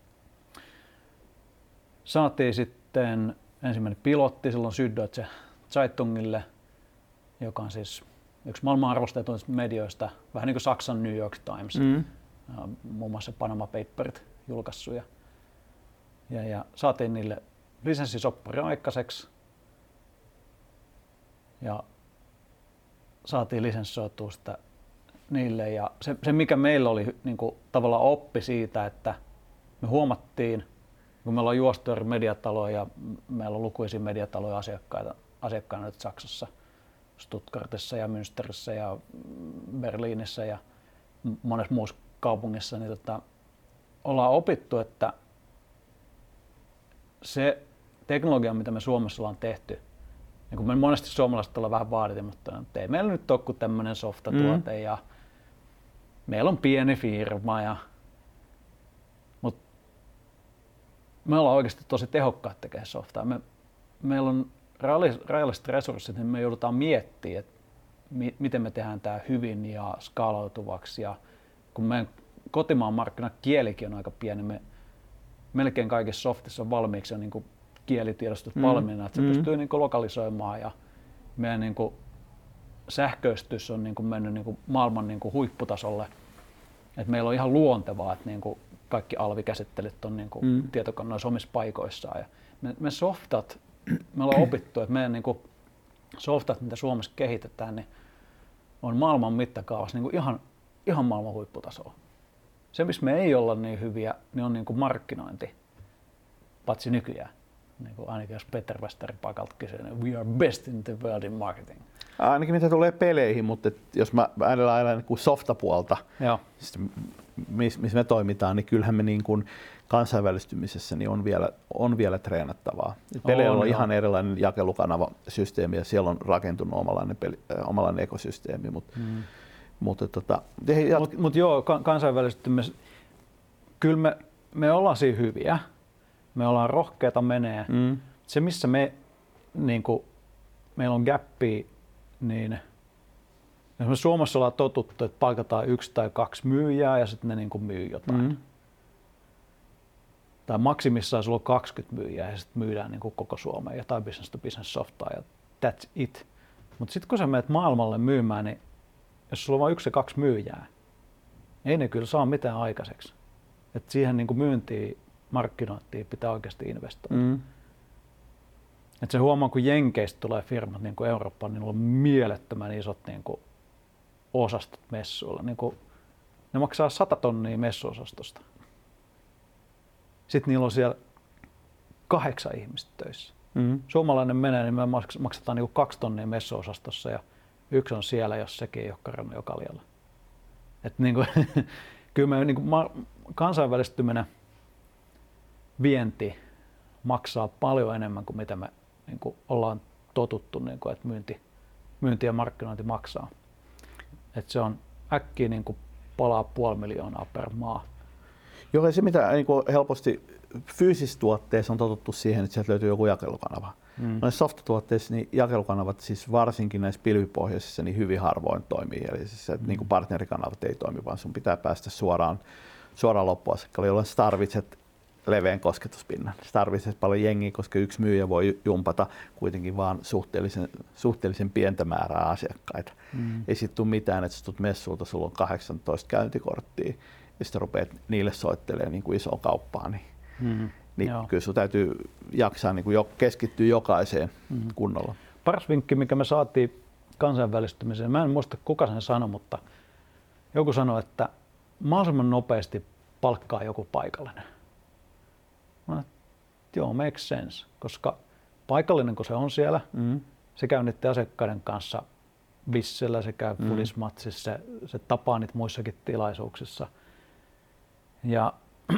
saatiin sitten ensimmäinen pilotti silloin Süddeutsche Zeitungille, joka on siis yksi maailman arvostetuista medioista, vähän niin kuin Saksan New York Times, mm. muun muassa Panama Paperit julkaissut. Ja, ja, ja saatiin niille lisenssisoppari aikaiseksi ja saatiin lisenssoitua sitä niille. Ja se, se mikä meillä oli niin kuin, tavallaan oppi siitä, että me huomattiin, kun meillä on juostu eri mediataloja ja meillä on lukuisia mediataloja asiakkaita, asiakkaina nyt Saksassa, Stuttgartissa ja Münsterissä ja Berliinissä ja monessa muussa kaupungissa, niin tota, ollaan opittu, että se teknologia, mitä me Suomessa ollaan tehty, niin kun me monesti suomalaiset ollaan vähän vaatimatta, että ei meillä nyt ole kuin tämmöinen softatuote mm. ja meillä on pieni firma, ja, mutta me ollaan oikeasti tosi tehokkaat tekemään softaa. Me, meillä on rajalliset resurssit, niin me joudutaan miettimään, että mi, miten me tehdään tämä hyvin ja skaalautuvaksi. Ja kun meidän kotimaan markkinakielikin on aika pieni, me melkein kaikissa softissa on valmiiksi on niin kuin kielitiedostus mm. valmiina, että se mm. pystyy niin kuin lokalisoimaan ja meidän niin kuin sähköistys on niin kuin mennyt niin kuin maailman niin kuin huipputasolle. Et meillä on ihan luontevaa, että niin kuin kaikki alvikäsittelyt on niin kuin mm. tietokoneissa omissa paikoissaan. Ja me, me softat, me ollaan opittu, että meidän niin kuin softat, mitä Suomessa kehitetään, niin on maailman mittakaavassa niin kuin ihan, ihan maailman huipputasolla. Se, missä me ei olla niin hyviä, niin on niin kuin markkinointi, patsi nykyään. Niin kuin ainakin jos Peter Westerin paikalta kysyy, niin we are best in the world in marketing. Ainakin mitä tulee peleihin, mutta jos mä ajatellaan aina niin softapuolta, missä mis me toimitaan, niin kyllähän me niin kuin kansainvälistymisessä niin on, vielä, on vielä treenattavaa. Peleillä on, on ihan erilainen jakelukanavasysteemi ja siellä on rakentunut omanlainen, peli, omanlainen ekosysteemi. Mutta, mm. mutta tota, jat... mut, mut joo, kansainvälistymis, kyllä me, me ollaan siinä hyviä. Me ollaan rohkeita menee. Mm. Se missä me, niin kuin, meillä on gappia, niin esimerkiksi Suomessa ollaan totuttu, että palkataan yksi tai kaksi myyjää ja sitten ne niin kuin myy jotain. Mm. tai maksimissaan sulla on kaksikymmentä myyjää ja sitten myydään niin kuin koko Suomeen ja tai business to business softaa ja that's it. Mutta sitten kun sä menet maailmalle myymään, niin jos sulla on vain yksi ja kaksi myyjää, ei ne kyllä saa mitään aikaiseksi. Et siihen niin kuin myyntiin, markkinointiin pitää oikeasti investoida. Mm. Et se huomaa, kun Jenkeistä tulee firmat niin kuin Eurooppaan, niin niillä on mielettömän isot niin kuin osastot messuilla. Niin kuin, ne maksaa sata tonnia messuosastosta. Sitten niillä on siellä kahdeksan ihmistä töissä. Mm. Suomalainen menee, niin me maksetaan niin kuin kaksi tonnia messuosastossa ja yksi on siellä, jos sekin ei ole karannut jo kaljalla. Et niin kuin, kyllä me niin kuin kansainvälistyminen, vienti maksaa paljon enemmän kuin mitä me niin kuin ollaan totuttu, niin kuin, että myynti, myynti ja markkinointi maksaa. Et se on äkkiä niin kuin palaa puoli miljoonaa per maa. Joo, ja se mitä niin kuin helposti fyysisissä tuotteissa on totuttu siihen, että sieltä löytyy joku jakelukanava. Mm. Noissa softatuotteissa niin jakelukanavat siis varsinkin näissä pilvipohjaisissa niin hyvin harvoin toimii. Eli siis, että mm. niin kuin partnerikanavat ei toimi, vaan sun pitää päästä suoraan, suoraan loppuasiakkaalle, jolloin sä tarvitset leveän kosketuspinnan. Sä tarvitset paljon jengiä, koska yksi myyjä voi jumpata kuitenkin vaan suhteellisen, suhteellisen pientä määrää asiakkaita. Mm. Ei sit tule mitään, että sä tulet messulta, sulla on kahdeksantoista käyntikorttia ja sitten rupeat niille soittelemaan niin kuin isoa kauppaa. Niin Mm, niin kyllä sun täytyy jaksaa niin kuin jo, keskittyä jokaiseen mm. kunnolla. Paras vinkki, mikä me saatiin kansainvälistymiseen, mä en muista kuka sen sanoi, mutta joku sanoi, että mahdollisimman nopeasti palkkaa joku paikallinen. Mä, joo, makes sense, koska paikallinen kun se on siellä, mm. se käy niiden asiakkaiden kanssa Vissellä, se käy mm. Fudismatsissa, se, se tapaa niitä muissakin tilaisuuksissa. Ja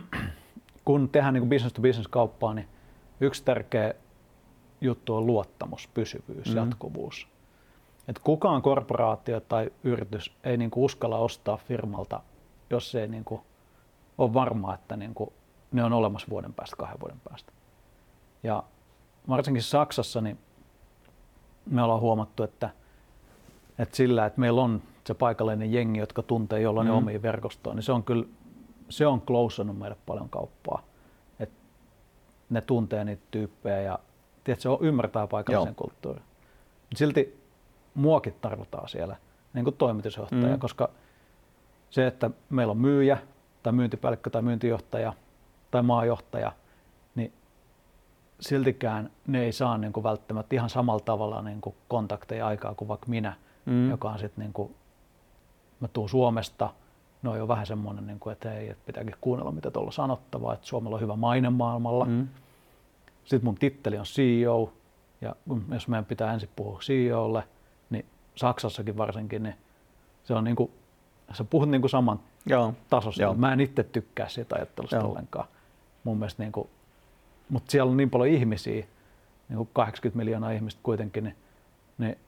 kun tehdään niin kuin business to business kauppaa, niin yksi tärkeä juttu on luottamus, pysyvyys, mm-hmm. jatkuvuus. Et kukaan korporaatio tai yritys ei niin kuin uskalla ostaa firmalta, jos ei niin kuin ole varmaa, että niin kuin ne on olemassa vuoden päästä, kahden vuoden päästä. Ja varsinkin Saksassa niin me ollaan huomattu, että, että sillä, että meillä on se paikallinen jengi, jotka tuntee jollain mm-hmm. omia verkostoon, niin se on kyllä se on closannut meille paljon kauppaa. Et ne tuntee niitä tyyppejä ja tiedät, se ymmärtää paikallisen Joo. kulttuurin. Silti muakin tarvitaan siellä niin kuin toimitusjohtaja, mm. koska se, että meillä on myyjä tai myyntipäällikkö tai myyntijohtaja tai maajohtaja, niin siltikään ne ei saa niin kuin välttämättä ihan samalla tavalla niin kuin kontakteja aikaa kuin vaikka minä, mm. joka on sitten niin kuin, mä tuun Suomesta. No on jo vähän semmoinen, että hei, että pitääkin kuunnella, mitä tuolla sanottavaa, että Suomella on hyvä maine maailmalla. Mm. Sitten mun titteli on C E O, ja jos meidän pitää ensin puhua C E O:lle, niin Saksassakin varsinkin, niin se on niin kuin, sä puhut niin kuin saman Joo. tasosta. Joo. Mä en itse tykkää siitä ajattelusta Joo. ollenkaan. Mun mielestä, niin kuin, mutta siellä on niin paljon ihmisiä, niin kuin kahdeksankymmentä miljoonaa ihmistä kuitenkin, niin, niin,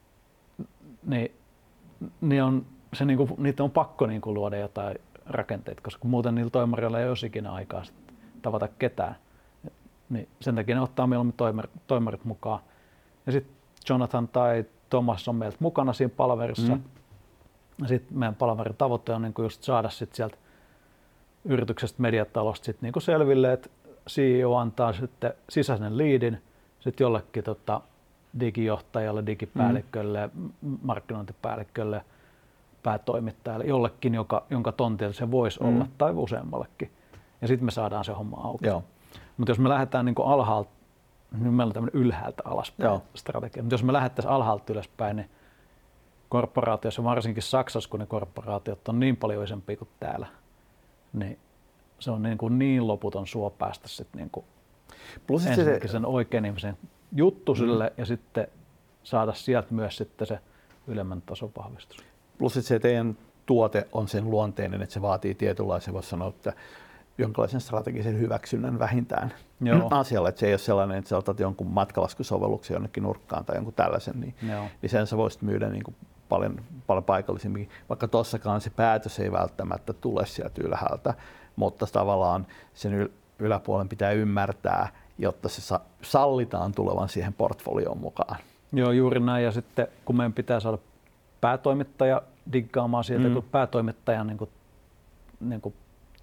niin, niin on se niinku, niitä on pakko niinku luoda jotain rakenteita, koska muuten niillä toimareilla ei olisi ikinä aikaa tavata ketään. Niin sen takia ne ottaa mieluummin toimer, toimarit mukaan. Ja sitten Jonathan tai Thomas on meiltä mukana siinä palaverissa. Mm. Ja sitten meidän palaverin tavoite on niinku just saada sit sieltä yrityksestä, mediatalosta sit niinku selville, että C E O antaa sitten sisäisen liidin sit jollekin tota, digijohtajalle, digipäällikölle, mm. markkinointipäällikölle, päätoimittajalle, jollekin, joka, jonka tontilla se voisi mm. olla, tai useammallekin. Ja sitten me saadaan se homma auki. Mutta jos me lähdetään niin kuin alhaalta, niin meillä on tämmöinen ylhäältä alaspäin Joo. strategia. Mutta jos me lähdettäisiin alhaalta ylöspäin, niin korporaatioissa, varsinkin Saksassa, kun ne korporaatiot on niin paljon isompia kuin täällä, niin se on niin, kuin niin loputon suo päästä sitten niin kuin ensinnäkin sen oikean ihmisen juttu mm. sille, ja sitten saada sieltä myös sitten se ylemmän tason vahvistus. Plus että se teidän tuote on sen luonteinen, että se vaatii tietynlaisen, voisi sanoa, että jonkinlaisen strategisen hyväksynnän vähintään Joo. asialle. Että se ei ole sellainen, että sä otat jonkun matkalaskusovelluksen jonnekin nurkkaan tai jonkun tällaisen, niin, niin sen sä voisit myydä niin kuin paljon, paljon paikallisemmin. Vaikka tossakaan se päätös ei välttämättä tule sieltä ylhäältä, mutta tavallaan sen yläpuolen pitää ymmärtää, jotta se sallitaan tulevan siihen portfolioon mukaan. Joo, juuri näin. Ja sitten kun meidän pitää saada päätoimittaja diggaamaan sieltä, mm. kun päätoimittajan niin kuin, niin kuin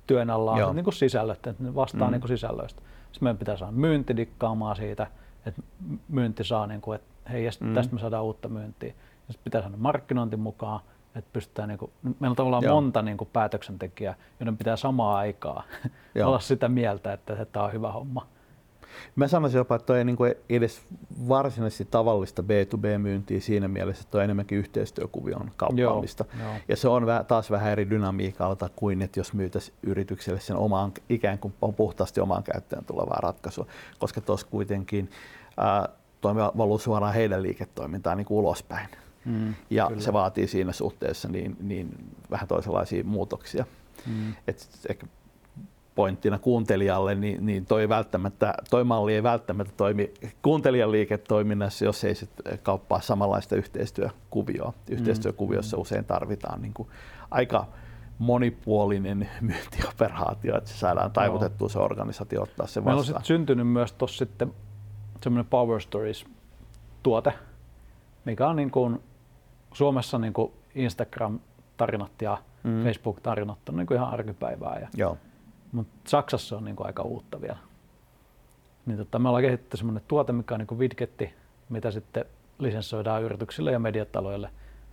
työn alla on niin kuin sisällöt, että ne vastaa mm. niin kuin sisällöistä. Sitten meidän pitää saada myynti dikkaamaan siitä, että myynti saa, niin kuin, että hei, mm. tästä me saadaan uutta myyntiä. Ja sitten pitää saada markkinointi mukaan, että pystytään, niin kuin, meillä on tavallaan Joo. monta niin kuin päätöksentekijää, joiden pitää samaan aikaan olla sitä mieltä, että tämä on hyvä homma. Mä sanoisin jopa, että toi ei niin kuin edes varsinaisesti tavallista B to B-myyntiä siinä mielessä, että toi on enemmänkin yhteistyökuvion kauppaamista. Joo, jo. Ja se on taas vähän eri dynamiikalta kuin, että jos myytäisiin yritykselle sen omaan, ikään kuin on puhtaasti omaan käyttöön tulevaa ratkaisua, koska tuossa kuitenkin ää, toimiva valuu suoraan heidän liiketoimintaan niin kuin ulospäin. Mm, ja kyllä. Se vaatii siinä suhteessa niin, niin vähän toisenlaisia muutoksia. Mm. Et ehkä pointtina kuuntelijalle, niin, niin toi, välttämättä, toi malli ei välttämättä toimi kuuntelijan liiketoiminnassa, jos ei sit kauppaa samanlaista yhteistyökuvioa. Yhteistyökuviossa mm. usein tarvitaan niin kuin aika monipuolinen myyntioperaatio, että se saadaan taivutettua se organisaatio ottaa se vastaan. Meillä on sitten syntynyt myös tuossa sitten semmoinen Power Stories-tuote, mikä on niin kuin Suomessa niin kuin Instagram-tarinat ja mm. Facebook-tarinat on niin kuin ihan arkipäivää. Ja Joo. Mutta Saksassa on niinku aika uutta vielä. Niin tota, me ollaan kehitetty semmoinen tuote, mikä on niinku widgetti, mitä sitten lisenssoidaan yrityksille ja mediataloille.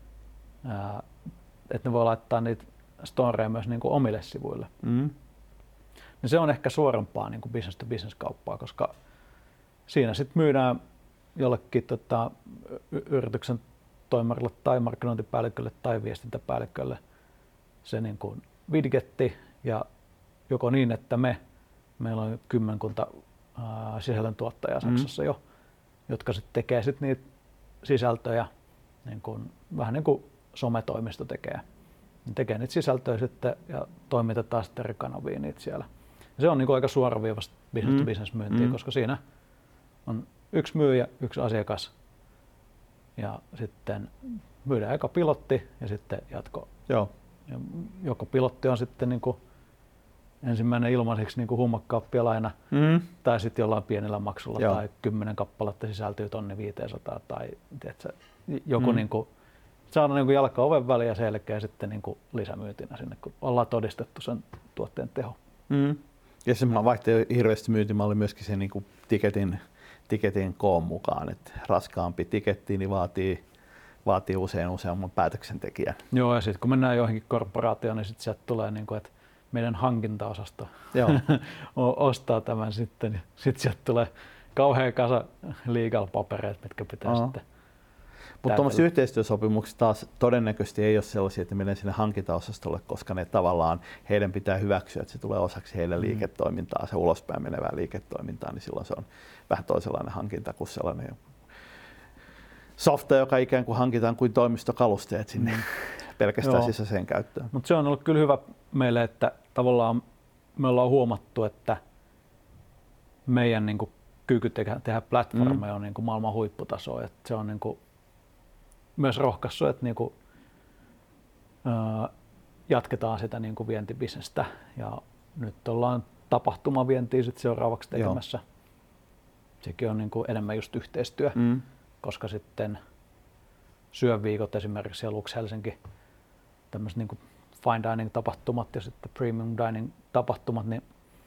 Että ne voi laittaa niitä storeja myös niinku omille sivuille. Mm. Niin se on ehkä suorempaa niinku business-to-business-kauppaa, koska siinä sitten myydään jollekin tota, y- yrityksen toimarille tai markkinointipäällikölle tai viestintäpäällikölle se niinku widgetti ja joko niin, että me, meillä on kymmenkunta ää, sisällöntuottajaa Saksassa mm. jo, jotka sitten tekee sit niitä sisältöjä, niin kun, vähän niin kuin sometoimisto tekee. Ne tekee niitä sisältöjä sitten ja toimitetaan sitten eri kanaviin niitä siellä. Ja se on niin kuin aika suoraviivasta business-to-business-myyntiä, mm. koska siinä on yksi myyjä, yksi asiakas ja sitten myydään eka pilotti ja sitten jatko. Joo. Ja joko pilotti on sitten niin kuin ensimmäinen ilmaiseksi niin kuin hummakaappia-laina mm. tai sitten jollain pienellä maksulla Joo. tai kymmenen kappaletta sisältyy tonni viisisataa tai tiedätkö, joku mm. niin kuin, saada niin kuin jalka oven väliin ja selkeä sitten niin kuin lisämyyntinä sinne, kun ollaan todistettu sen tuotteen teho. Mm. Ja se vaihtee hirveästi myyntimalli myöskin sen niin kuin tiketin, tiketin koon mukaan, että raskaampi tiketti niin vaatii vaatii usein useamman päätöksentekijän. Joo, ja sitten kun mennään johonkin korporaatioon, niin sitten sieltä tulee, niin kuin, että meidän hankintaosasto Joo. ostaa tämän sitten. Sitten sieltä tulee kauhea kasa legal-papereita, mitkä pitää Aha. sitten Mutta tuollaisissa yhteistyösopimuksissa taas todennäköisesti ei ole sellaisia, että menee sinne hankintaosastolle, koska ne tavallaan heidän pitää hyväksyä, että se tulee osaksi heidän mm. liiketoimintaa, se ulospäin menevää liiketoimintaa, niin silloin se on vähän toisenlainen hankinta kuin sellainen softa, joka ikään kuin hankitaan kuin toimistokalusteet sinne mm. pelkästään Joo. sisäiseen käyttöön. Mutta se on ollut kyllä hyvä meille, että tavallaan me ollaan huomattu, että meidän niin kuin kyky tehdä, tehdä platformeja mm. on niin kuin maailman huipputasoa. Että se on niin kuin myös rohkaissut, että niin kuin, ää, jatketaan sitä niin kuin vientibisnestä. Ja nyt ollaan tapahtumavientiä sit seuraavaksi tekemässä. Joo. Sekin on niin kuin enemmän just yhteistyö, mm. koska sitten syöviikot esimerkiksi ja Lux Helsinki, tämmöiset niin kuin fine dining tapahtumat ja sitten premium dining tapahtumat, niin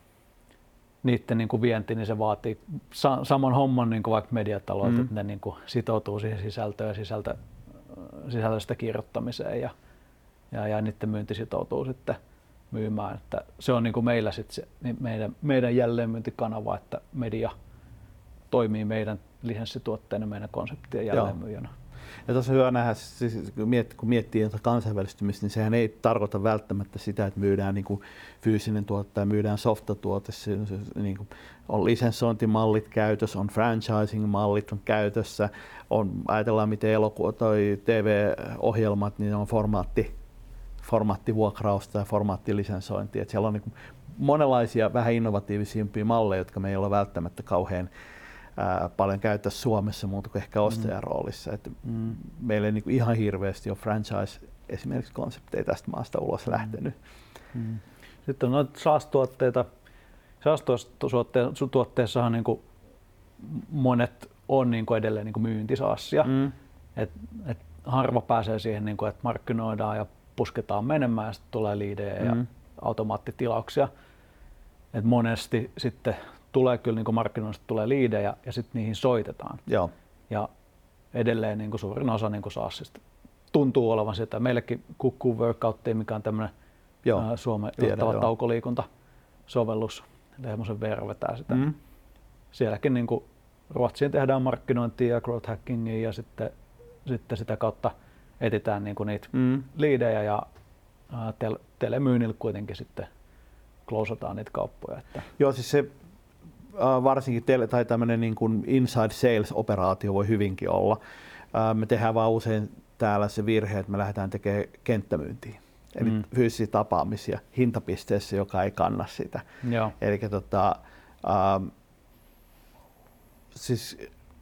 niiden niin kuin vienti, niin se vaatii sa- saman homman niin kuin vaikka mediataloilta, mm. että ne niin kuin sitoutuu siihen sisältöön ja sisältö, sisällöstä kirjoittamiseen ja, ja, ja niiden myynti sitoutuu sitten myymään. Että se on niin kuin meillä sitten se, niin meidän, meidän jälleenmyyntikanava, että media toimii meidän lisenssituotteena, meidän konseptien jälleenmyyjänä. Ja tuossa on hyvä nähdä, siis kun miettii kansainvälistymistä, niin sehän ei tarkoita välttämättä sitä, että myydään niin kuin fyysinen tuote tai myydään softatuote. Se, se, niin kuin on lisenssointimallit käytössä, on franchising-mallit on käytössä, on, ajatellaan miten elokuva tai T V-ohjelmat, niin on formaatti, formaattivuokrausta ja formaattilisenssointia. Että siellä on niin kuin monenlaisia vähän innovatiivisimpia malleja, jotka me ei ole välttämättä kauhean Ää, paljon käyttäisi Suomessa muuta kuin ehkä ostajaroolissa. Mm. Mm. Meillä ei niin kuin ihan hirveästi ole franchise esimerkiksi konsepteja tästä maasta ulos mm. lähtenyt. Mm. Sitten on noita SaaS-tuotteita. SaaS-tuotteissahan niin kuin monet on niin kuin edelleen niin kuin myyntisaasia. Mm. Et, et harva pääsee siihen, niin kuin, että markkinoidaan ja pusketaan menemään ja sitten tulee liidejä mm. ja automaattitilauksia. Et monesti sitten tulee kyllä niin markkinoista tulee liidejä ja sitten niihin soitetaan. Joo. Ja edelleen niin suurin osa niin SaaSista tuntuu olevan sitä. Meillekin Kukkuu Workouttiin, mikä on tämmöinen Suomen johtava taukoliikuntasovellus. Lehmosen Veera vetää sitä. Mm. Sielläkin niin kuin Ruotsiin tehdään markkinointia ja growth hackingia ja sitten, sitten sitä kautta etsitään niin kuin niitä mm. liidejä ja tel- telemyynnillä kuitenkin sitten closataan niitä kauppoja. Että. Joo, siis se varsinkin tele- tai tämmöinen niin kuin inside sales-operaatio voi hyvinkin olla. Me tehdään vaan usein täällä se virhe, että me lähdetään tekemään kenttämyyntiä. Eli mm. fyysisiä tapaamisia hintapisteessä, joka ei kanna sitä. Joo. Eli tota, ähm, siis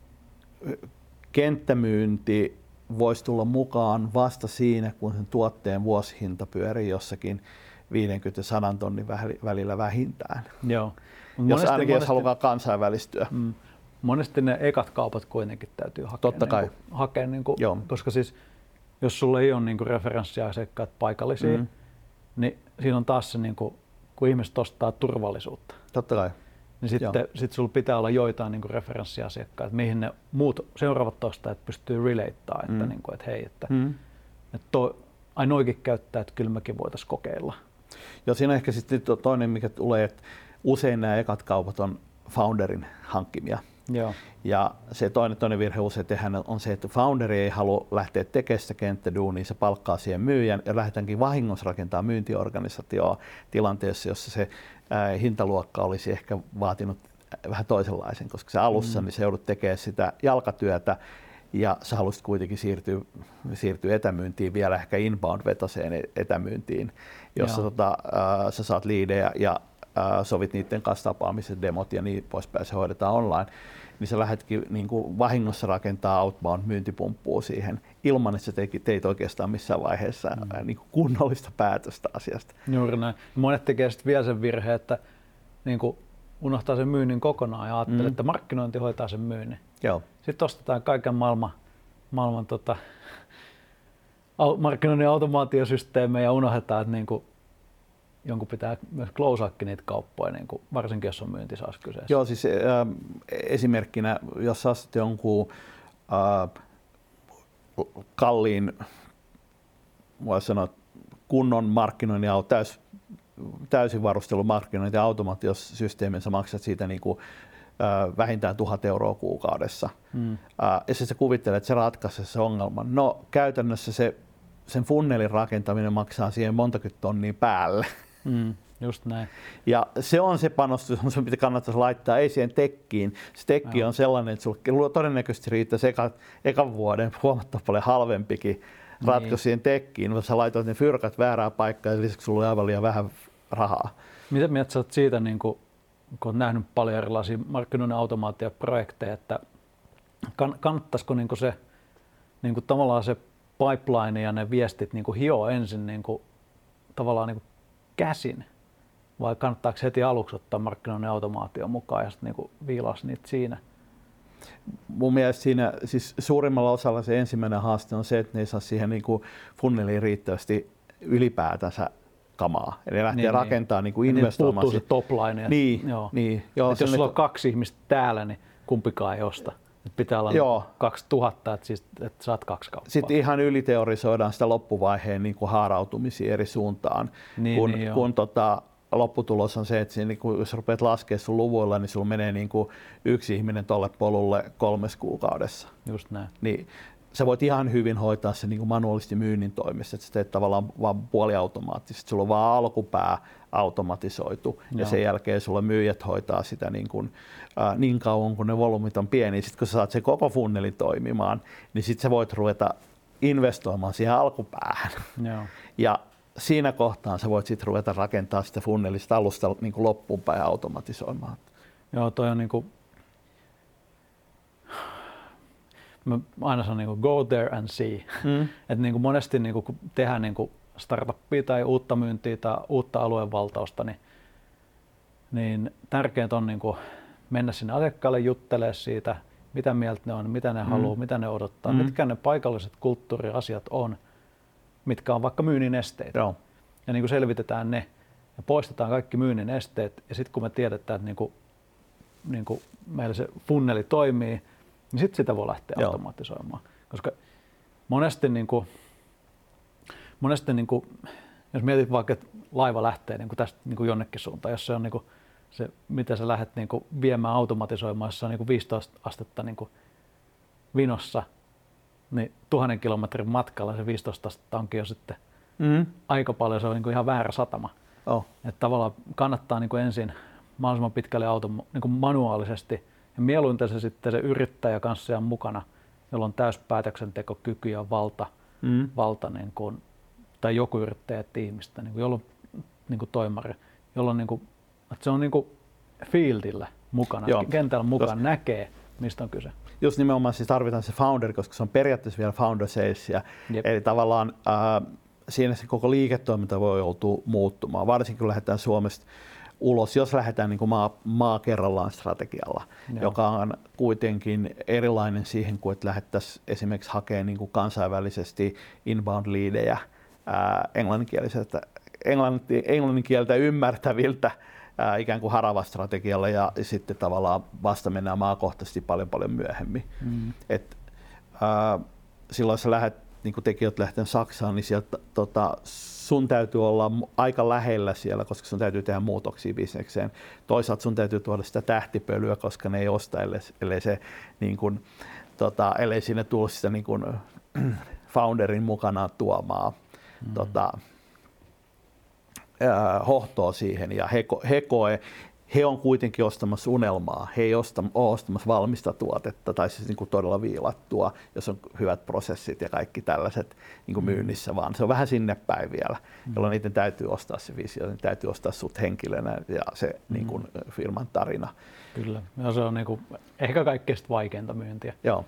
kenttämyynti voisi tulla mukaan vasta siinä, kun sen tuotteen vuosihinta pyörii jossakin viisikymmentä ja sata tonnin välillä vähintään. Joo. Jos monesti, ainakin monesti, jos halutaan kansainvälistyä. Mm, monesti ne ekat kaupat kuitenkin täytyy hakea. Totta kai. Niin kuin, hakea niin kuin, koska siis jos sulla ei ole niin kuin referenssiasiakkaat paikallisia, mm. niin siinä on taas se, niin kuin, kun ihmiset ostaa turvallisuutta. Totta kai. Niin sitten sit sulla pitää olla joitain niin kuin referenssiasiakkaita, mihin ne muut seuraavat ostajat pystyy relataamaan, että, mm. niin kuin, että hei, että, mm. että toi, ai noikin käyttää, että kyllä mekin voitaisiin kokeilla. Joo, siinä on ehkä sitten toinen, mikä tulee, että usein nämä ekat kaupat on founderin hankkimia. Joo. Ja se toinen, toinen virhe usein tehdään on se, että founderi ei halua lähteä tekemään sitä kenttäduunia, se palkkaa siihen myyjän ja lähdetäänkin vahingossa rakentamaan myyntiorganisaatioa tilanteessa, jossa se ää, hintaluokka olisi ehkä vaatinut vähän toisenlaisen, koska se alussa mm. niin se joudut tekemään sitä jalkatyötä ja sä haluaisit kuitenkin siirtyä, siirtyä etämyyntiin, vielä ehkä inbound-vetoseen etämyyntiin, jossa tota, ää, sä saat liidejä ja ää, sovit niiden kanssa tapaamiset, demot ja niin poispäin, se hoidetaan online, niin sä lähdetkin niin kuin vahingossa rakentaa outbound-myyntipumppua siihen, ilman että sä teit oikeastaan missään vaiheessa mm. niin kuin kunnollista päätöstä asiasta. Juuri näin. Monet tekee sitten vielä sen virheen, että niin kuin unohtaa sen myynnin kokonaan ja ajattelee, mm. että markkinointi hoitaa sen myynnin. Joo. Sitten ostetaan kaiken maailman, maailman tota, markkinoinnin automaatiosysteemejä ja unohdetaan, että niin kuin jonkun pitää myös closaakin niitä kauppoja, niin kuin varsinkin jos on myyntisaas kyseessä. Joo, siis äh, esimerkkinä, jos astat jonkun äh, kalliin, voisi sanoa, kunnon markkinoinnin ja täys, täysin varustelun markkinointi ja automaatiosysteemin, sä maksat siitä niin kuin, äh, vähintään tuhat euroa kuukaudessa. Hmm. Äh, ja sitten sä kuvittelet, että se ratkaisee se ongelman. No käytännössä se, sen funnelin rakentaminen maksaa siihen montakymmentä tonnia päälle. Mm, just näin. Ja se on se panostus, sun pitää kannattaisi laittaa, ei siihen tekkiin. Se tekki no. on sellainen, että sulla todennäköisesti riittäisi eka, ekan vuoden huomattavasti paljon halvempikin niin. ratkaisu siihen tekkiin, mutta sä laitoit ne fyrkat väärään paikkaan ja lisäksi sulla oli aivan liian vähän rahaa. Mitä mieltä sä oot siitä, niin kun, kun oot nähnyt paljon erilaisia markkinoinnin automaatioprojekteja, että kann, kannattaisiko niin se niin tavallaan se pipeline ja ne viestit niin hioa ensin niin tavallaan niin käsin, vai kannattaako heti aluksi ottaa markkinoinnin automaatio mukaan ja sitten niin viilaa niitä siinä? Mun mielestä siinä siis suurimmalla osalla se ensimmäinen haaste on se, että ne ei saa siihen niin kuin funneliin riittävästi ylipäätänsä kamaa. Eli lähtee niin, rakentamaan niin. Niin investoimaan. Puuttuu se topline. Niin, joo. niin. Joo, jos sulla on kaksi ihmistä täällä, niin kumpikaan ei osta. Et pitää olla joo. kaksituhatta, että, siis, että saat kaksi kauppaa. Sitten ihan yliteorisoidaan sitä loppuvaiheen niin kuin haarautumisia eri suuntaan, niin, kun, niin, kun tota, lopputulos on se, että siinä, niin kun, jos rupeat laskemaan sun luvuilla, niin sulla menee niin kuin yksi ihminen tolle polulle kolmes kuukaudessa. Just näin. Niin, sä voit ihan hyvin hoitaa sen niin kuin manuaalisesti myynnin toimissa, että sä teet tavallaan vaan puoliautomaattisesti. Sulla on vaan alkupää automatisoitu ja, ja sen jälkeen sulla myyjät hoitaa sitä niin, kuin, äh, niin kauan, kun ne volyymit on pieni. Sitten kun sä saat sen koko funnelin toimimaan, niin sitten sä voit ruveta investoimaan siihen alkupäähän. Joo. Ja siinä kohtaan sä voit sitten ruveta rakentamaan sitä funnelista alusta niin kuin loppuun päin automatisoimaan. Joo, toi on niin kuin mä aina sanon niin go there and see. Mm. Et niin kuin monesti niin kuin, kun tehdään niin kuin startuppia tai uutta myyntiä tai uutta aluevaltausta, niin, niin tärkeintä on niin kuin mennä sinne asiakkaalle juttelemaan siitä, mitä mieltä ne on, mitä ne mm. haluaa, mitä ne odottaa, mm. mitkä ne paikalliset kulttuuriasiat on, mitkä on vaikka myynnin esteitä. Joo. Ja niin kuin selvitetään ne. ja poistetaan kaikki myynnin esteet ja sitten kun me tiedetään, että niinku, niinku meillä se funneli toimii, niin sitten sitä voi lähteä Joo. automatisoimaan. Koska monesti, niinku, monesti niinku, jos mietit vaikka, että laiva lähtee niinku tästä niinku jonnekin suuntaan, jos se on niinku, se, mitä sä lähdet niinku viemään automatisoimaan, jos se on niinku viisitoista astetta niinku vinossa, niin tuhannen kilometrin matkalla se viisitoista astetta onkin jo sitten mm. aika paljon, se on niinku ihan väärä satama. Oh. Että tavallaan kannattaa niinku ensin mahdollisimman pitkälle auto niinku manuaalisesti ja mieluinta se sitten se yrittäjä kanssa on mukana, jolla on täys päätöksentekokyky ja valta, mm. valta niin kuin, tai joku yrittäjä tiimistä, niin kuin, jolla on niin kuin toimari, jolla on, niin kuin, että se on niin kuin fieldillä mukana, Joo. kentällä mukana, Tos... näkee, mistä on kyse. Just nimenomaan siis tarvitaan se founder, koska se on periaatteessa vielä founder salesia, eli tavallaan äh, siinä se koko liiketoiminta voi joutua muuttumaan, varsinkin kun lähdetään Suomesta ulos, jos lähdetään niin kuin maa, maa kerrallaan strategialla, Joo. joka on kuitenkin erilainen siihen, kuin että lähdettäisiin esimerkiksi hakemaan niin kuin kansainvälisesti inbound-liidejä ää, englanninkieliseltä, englannin, englannin kieltä ymmärtäviltä ää, ikään kuin harava-strategialla ja sitten tavallaan vasta mennään maakohtaisesti paljon paljon myöhemmin. Mm. Et, ää, silloin jos lähdet, niin kuin tekin olet lähtenyt Saksaan, niin sieltä, tota, sun täytyy olla aika lähellä siellä, koska sun täytyy tehdä muutoksia bisnekseen. Toisaalta sun täytyy tuoda sitä tähtipölyä, koska ne ei osta, ellei, ellei, se, niin kuin, tota, ellei sinne tule sitä niin kuin, founderin mukana tuomaa mm. tota, äh, hohtoa siihen. Ja he, he koe, he on kuitenkin ostamassa unelmaa, he ei osta, ole ostamassa valmista tuotetta tai siis niin kuin todella viilattua, jos on hyvät prosessit ja kaikki tällaiset niin kuin myynnissä, vaan se on vähän sinne päin vielä, mm. jolloin niiden täytyy ostaa se visio, niin täytyy ostaa sut henkilönä ja se mm. niin kuin firman tarina. Kyllä, ja se on niin kuin ehkä kaikkein vaikeinta myyntiä. Joo.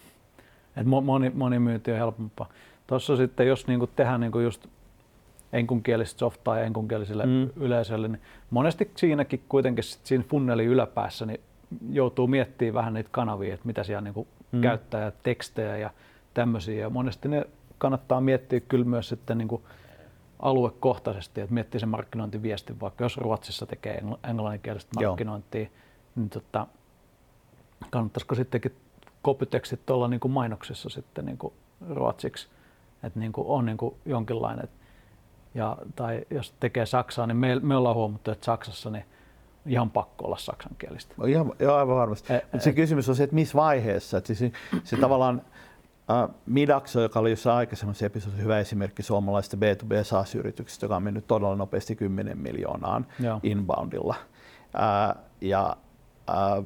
Et moni, moni myynti on helpompaa. Tuossa sitten, jos niin kuin tehdään niin kuin just enkunkielistä softaa ja enkunkieliselle mm. yleisölle, niin monesti siinäkin kuitenkin sit siinä funnelin yläpäässä niin joutuu miettimään vähän niitä kanavia, että mitä siellä niinku mm. käyttää ja tekstejä ja tämmöisiä. Ja monesti ne kannattaa miettiä kyllä myös sitten niinku aluekohtaisesti, että miettii sen markkinointiviestin, vaikka jos Ruotsissa tekee engl- englanninkielistä markkinointia, Joo. niin tota, kannattaisiko sittenkin copytekstit olla niinku mainoksissa sitten niinku ruotsiksi, että niinku on niinku jonkinlainen. Ja, tai jos tekee saksaa, niin me, me ollaan huomattu, että Saksassa niin ihan pakko olla saksankielistä. Ihan, joo, aivan varmasti. E, se e, kysymys on se, että missä vaiheessa. Että siis, se tavallaan äh, Midaxo, joka oli jossain aikaisemmassa episodissa hyvä esimerkki suomalaisesta B to B SaaS-yrityksestä, joka on mennyt todella nopeasti kymmenen miljoonaan joo. inboundilla. Äh, ja, äh,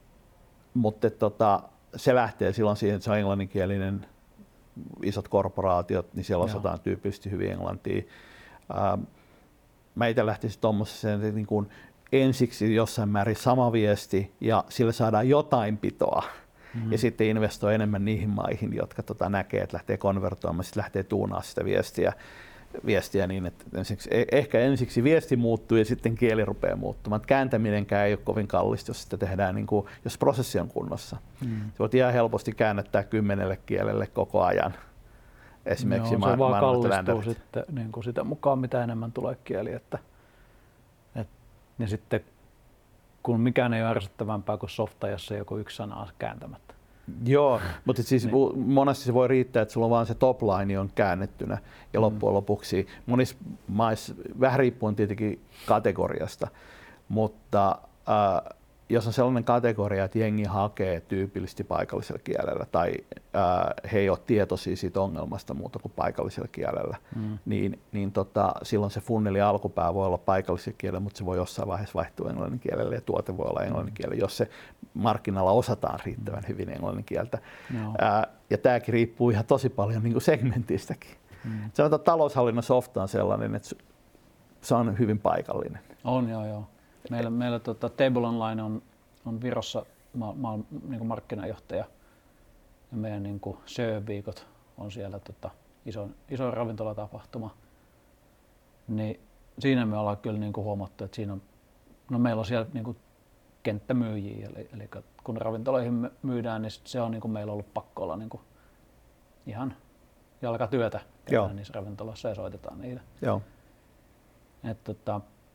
mutta tota, se lähtee silloin siihen, että se on englanninkielinen, isot korporaatiot, niin siellä osataan Joo. tyypillisesti hyvin englantia. Ähm, mä itse lähtisin tuommoiseen, että niin kuin ensiksi jossain määrin sama viesti ja sillä saadaan jotain pitoa. Mm-hmm. Ja sitten investoi enemmän niihin maihin, jotka tota näkee, että lähtee konvertoimaan, sitten lähtee tuunaamaan sitä viestiä, viestiä niin, että ensiksi, ehkä ensiksi viesti muuttuu ja sitten kieli rupeaa muuttumaan. Kääntäminenkään ei ole kovin kallista, jos sitä tehdään, niin kuin, jos prosessi on kunnossa. Mm. Se voit ihan helposti käännättää kymmenelle kielelle koko ajan. Esimerkiksi Joo, se vaan kallistuu sitten niin kuin sitä mukaan, mitä enemmän tulee kieli. Että, et, ja sitten kun mikään ei ole ärsyttävämpää kuin softa, jos se joku yksi sana on kääntämättä. Joo, mutta siis niin. monesti se voi riittää, että sulla on vaan se top line on käännettynä ja loppujen lopuksi monissa maissa, vähän riippuen tietenkin kategoriasta, mutta äh, jos on sellainen kategoria, että jengi hakee tyypillisesti paikallisella kielellä tai äh, he ei ole tietoisia siitä ongelmasta muuta kuin paikallisella kielellä, mm. niin, niin tota, silloin se funneli alkupää voi olla paikallisella kielellä, mutta se voi jossain vaiheessa vaihtua englannin kielelle ja tuote voi olla englannin kielellä, jos se markkinalla osataan riittävän hyvin englannin kieltä. No. Äh, ja tämäkin riippuu ihan tosi paljon niin kuin segmentistäkin. Mm. Sanotaan, että taloushallinnon softa on sellainen, että se on hyvin paikallinen. On, joo, joo. Meillä, meillä tota, Table Online on, on Virossa ma, ma, niin markkinajohtaja ja meidän niin S E O-viikot on siellä tota, iso, iso ravintolatapahtuma. Niin siinä me ollaan kyllä niin kuin huomattu, että siinä on, no meillä on siellä niin kuin kenttämyyjiä, eli, eli kun ravintoloihin myydään, niin se on niin kuin meillä ollut pakko olla niin kuin ihan jalkatyötä käydään niissä ravintoloissa ja soitetaan niitä. Joo. Et, tota,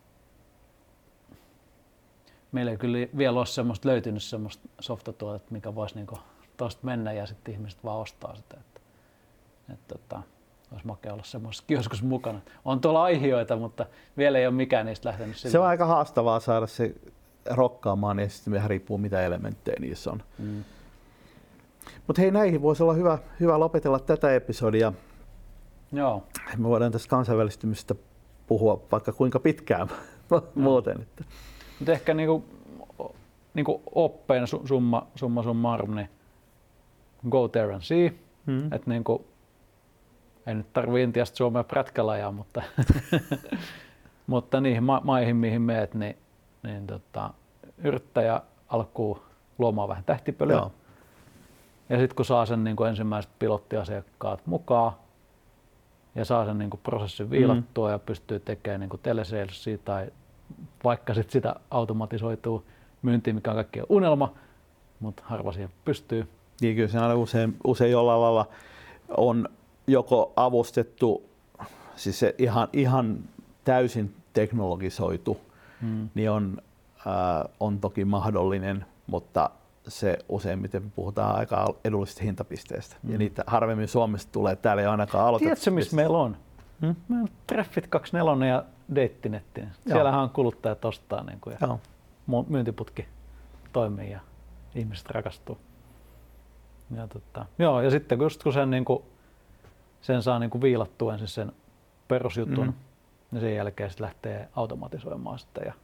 meillä ei kyllä vielä ole semmoista löytynyt semmoista softatuotetta, mikä voisi niinku tuosta mennä ja sitten ihmiset vaan ostaa sitä. Että, että, että olisi makea olla semmoisessa joskus mukana. On tuolla aiheita, mutta vielä ei ole mikään niistä lähtenyt sille. Se on aika haastavaa saada se rokkaamaan ja sitten vähän riippuu mitä elementtejä niissä on. Mm. Mutta hei, näihin voisi olla hyvä, hyvä lopetella tätä episodia. Joo. Me voidaan tästä kansainvälistymisestä puhua vaikka kuinka pitkään muuten. Että. Mutta ehkä niinku, niinku oppeina summa, summa summarum, niin go there and see. Mm. Et niinku, ei nyt tarvitse Intiasta Suomea prätkällä ajaa, mutta, mutta niihin ma- maihin mihin meet, niin, niin tota, yrittäjä alkuun luomaan vähän tähtipölyä. Joo. Ja sitten kun saa sen niin kuin ensimmäiset pilottiasiakkaat mukaan ja saa sen niin kuin prosessin viilattua mm. ja pystyy tekemään niin kuin telesalesia tai vaikka sit sitä automatisoituu myyntiin, mikä on kaikkien unelma, mutta harva siihen pystyy. Niin kyllä se aina usein, usein jollain lailla on joko avustettu, siis se ihan, ihan täysin teknologisoitu, mm. niin on, äh, on toki mahdollinen, mutta se useimmiten puhutaan aika edullisesta hintapisteestä. Mm. Ja niitä harvemmin Suomesta tulee, täällä ei ainakaan aloitettu. Tiedätkö, missä meillä on? Hmm? Meillä on Treffit kaksikymmentäneljä ja Deittinetti. Siellähän on kuluttajat ostaa niin kuin, ja myyntiputki toimii ja ihmiset rakastuu. Ja, tota, joo, ja sitten just kun sen, niin kuin, sen saa niin kuin viilattua ensin sen perusjutun, mm. niin sen jälkeen sit lähtee automatisoimaan sitä. Ja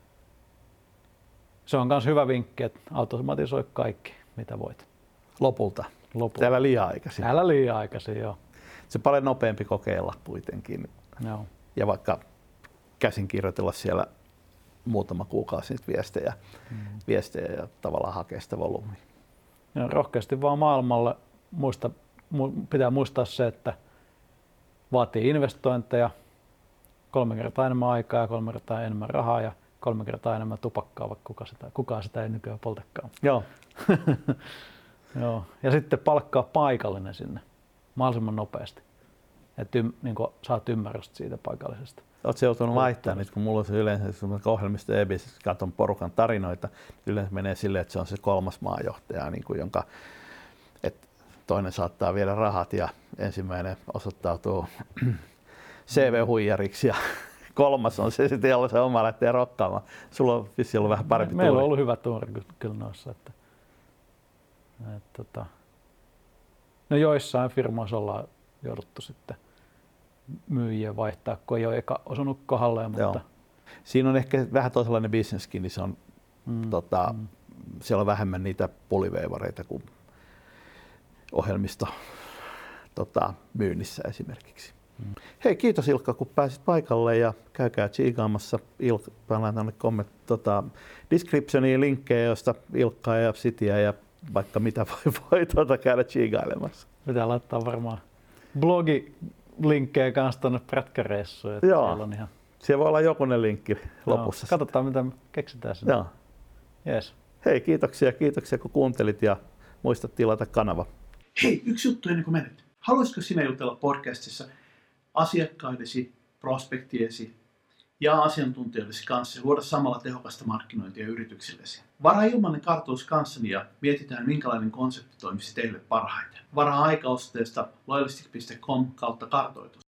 se on myös hyvä vinkki, että automatisoi kaikki, mitä voit. Lopulta. Lopulta. Täällä liian aikaisin. Täällä liian aikaisin, joo. Se on paljon nopeampi kokeilla kuitenkin. Joo. Ja vaikka käsin kirjoitella siellä muutama kuukausi niitä viestejä, mm. viestejä ja tavallaan hakea sitä volyymia. Ja rohkeasti vaan maailmalle muista, mu, pitää muistaa se, että vaatii investointeja, kolme kertaa enemmän aikaa ja kolme kertaa enemmän rahaa ja kolme kertaa enemmän tupakkaa, vaikka kuka sitä, kukaan sitä ei nykyään poltakaan. Joo. Joo. Ja sitten palkkaa paikallinen sinne mahdollisimman nopeasti, että ym, niin saat ymmärrystä siitä paikallisesta. Oletko joutunut vaihtamaan nyt, kun mulla on se yleensä ohjelmista E B S, katson porukan tarinoita, yleensä menee silleen, että se on se kolmas maajohtaja, niin kuin jonka, että toinen saattaa viedä rahat ja ensimmäinen osoittautuu C V-huijariksi ja kolmas on se sitten, jolla se oma lähtee rokkaamaan. Sulla on vissi ollut vähän parempi Meillä tuuri. on ollut hyvä tuuri kyllä noissa. Että, että, että, no joissain firmoissa ollaan jouduttu sitten myyjiä vaihtaa, kun ei ole eka osunut kohdalle. Mutta... Joo. Siinä on ehkä vähän toisenlainen bisneskin, niin se on, mm, tota, mm. siellä on vähemmän niitä puliveivareita kuin ohjelmisto tota, myynnissä esimerkiksi. Mm. Hei, kiitos Ilkka, kun pääsit paikalle ja käykää tsiikaamassa. Ilkka, pannaan tänne komment, tota, descriptioniin linkkejä, joista Ilkkaa ja Cityä ja vaikka mitä voi, voi tuota käydä tsiikailemassa. Pitää laittaa varmaan blogilinkkejä kanssa tuonne prätkäreissuun. Joo, siellä, on ihan... siellä voi olla jokunen linkki lopussa. No, katsotaan mitä me keksitään sinne. Joo. Yes. Hei, kiitoksia, kiitoksia kun kuuntelit ja muista tilata kanava. Hei, yksi juttu ennen kuin menet. Haluaisitko sinä jutella podcastissa asiakkaidesi, prospektiesi ja asiantuntijoidesi kanssa ja luoda samalla tehokasta markkinointia yrityksillesi? Varaa ilmainen kartoitus kanssani ja mietitään, minkälainen konsepti toimisi teille parhaiten. Varaa aika osoitteesta loyalistic piste com kautta kartoitus.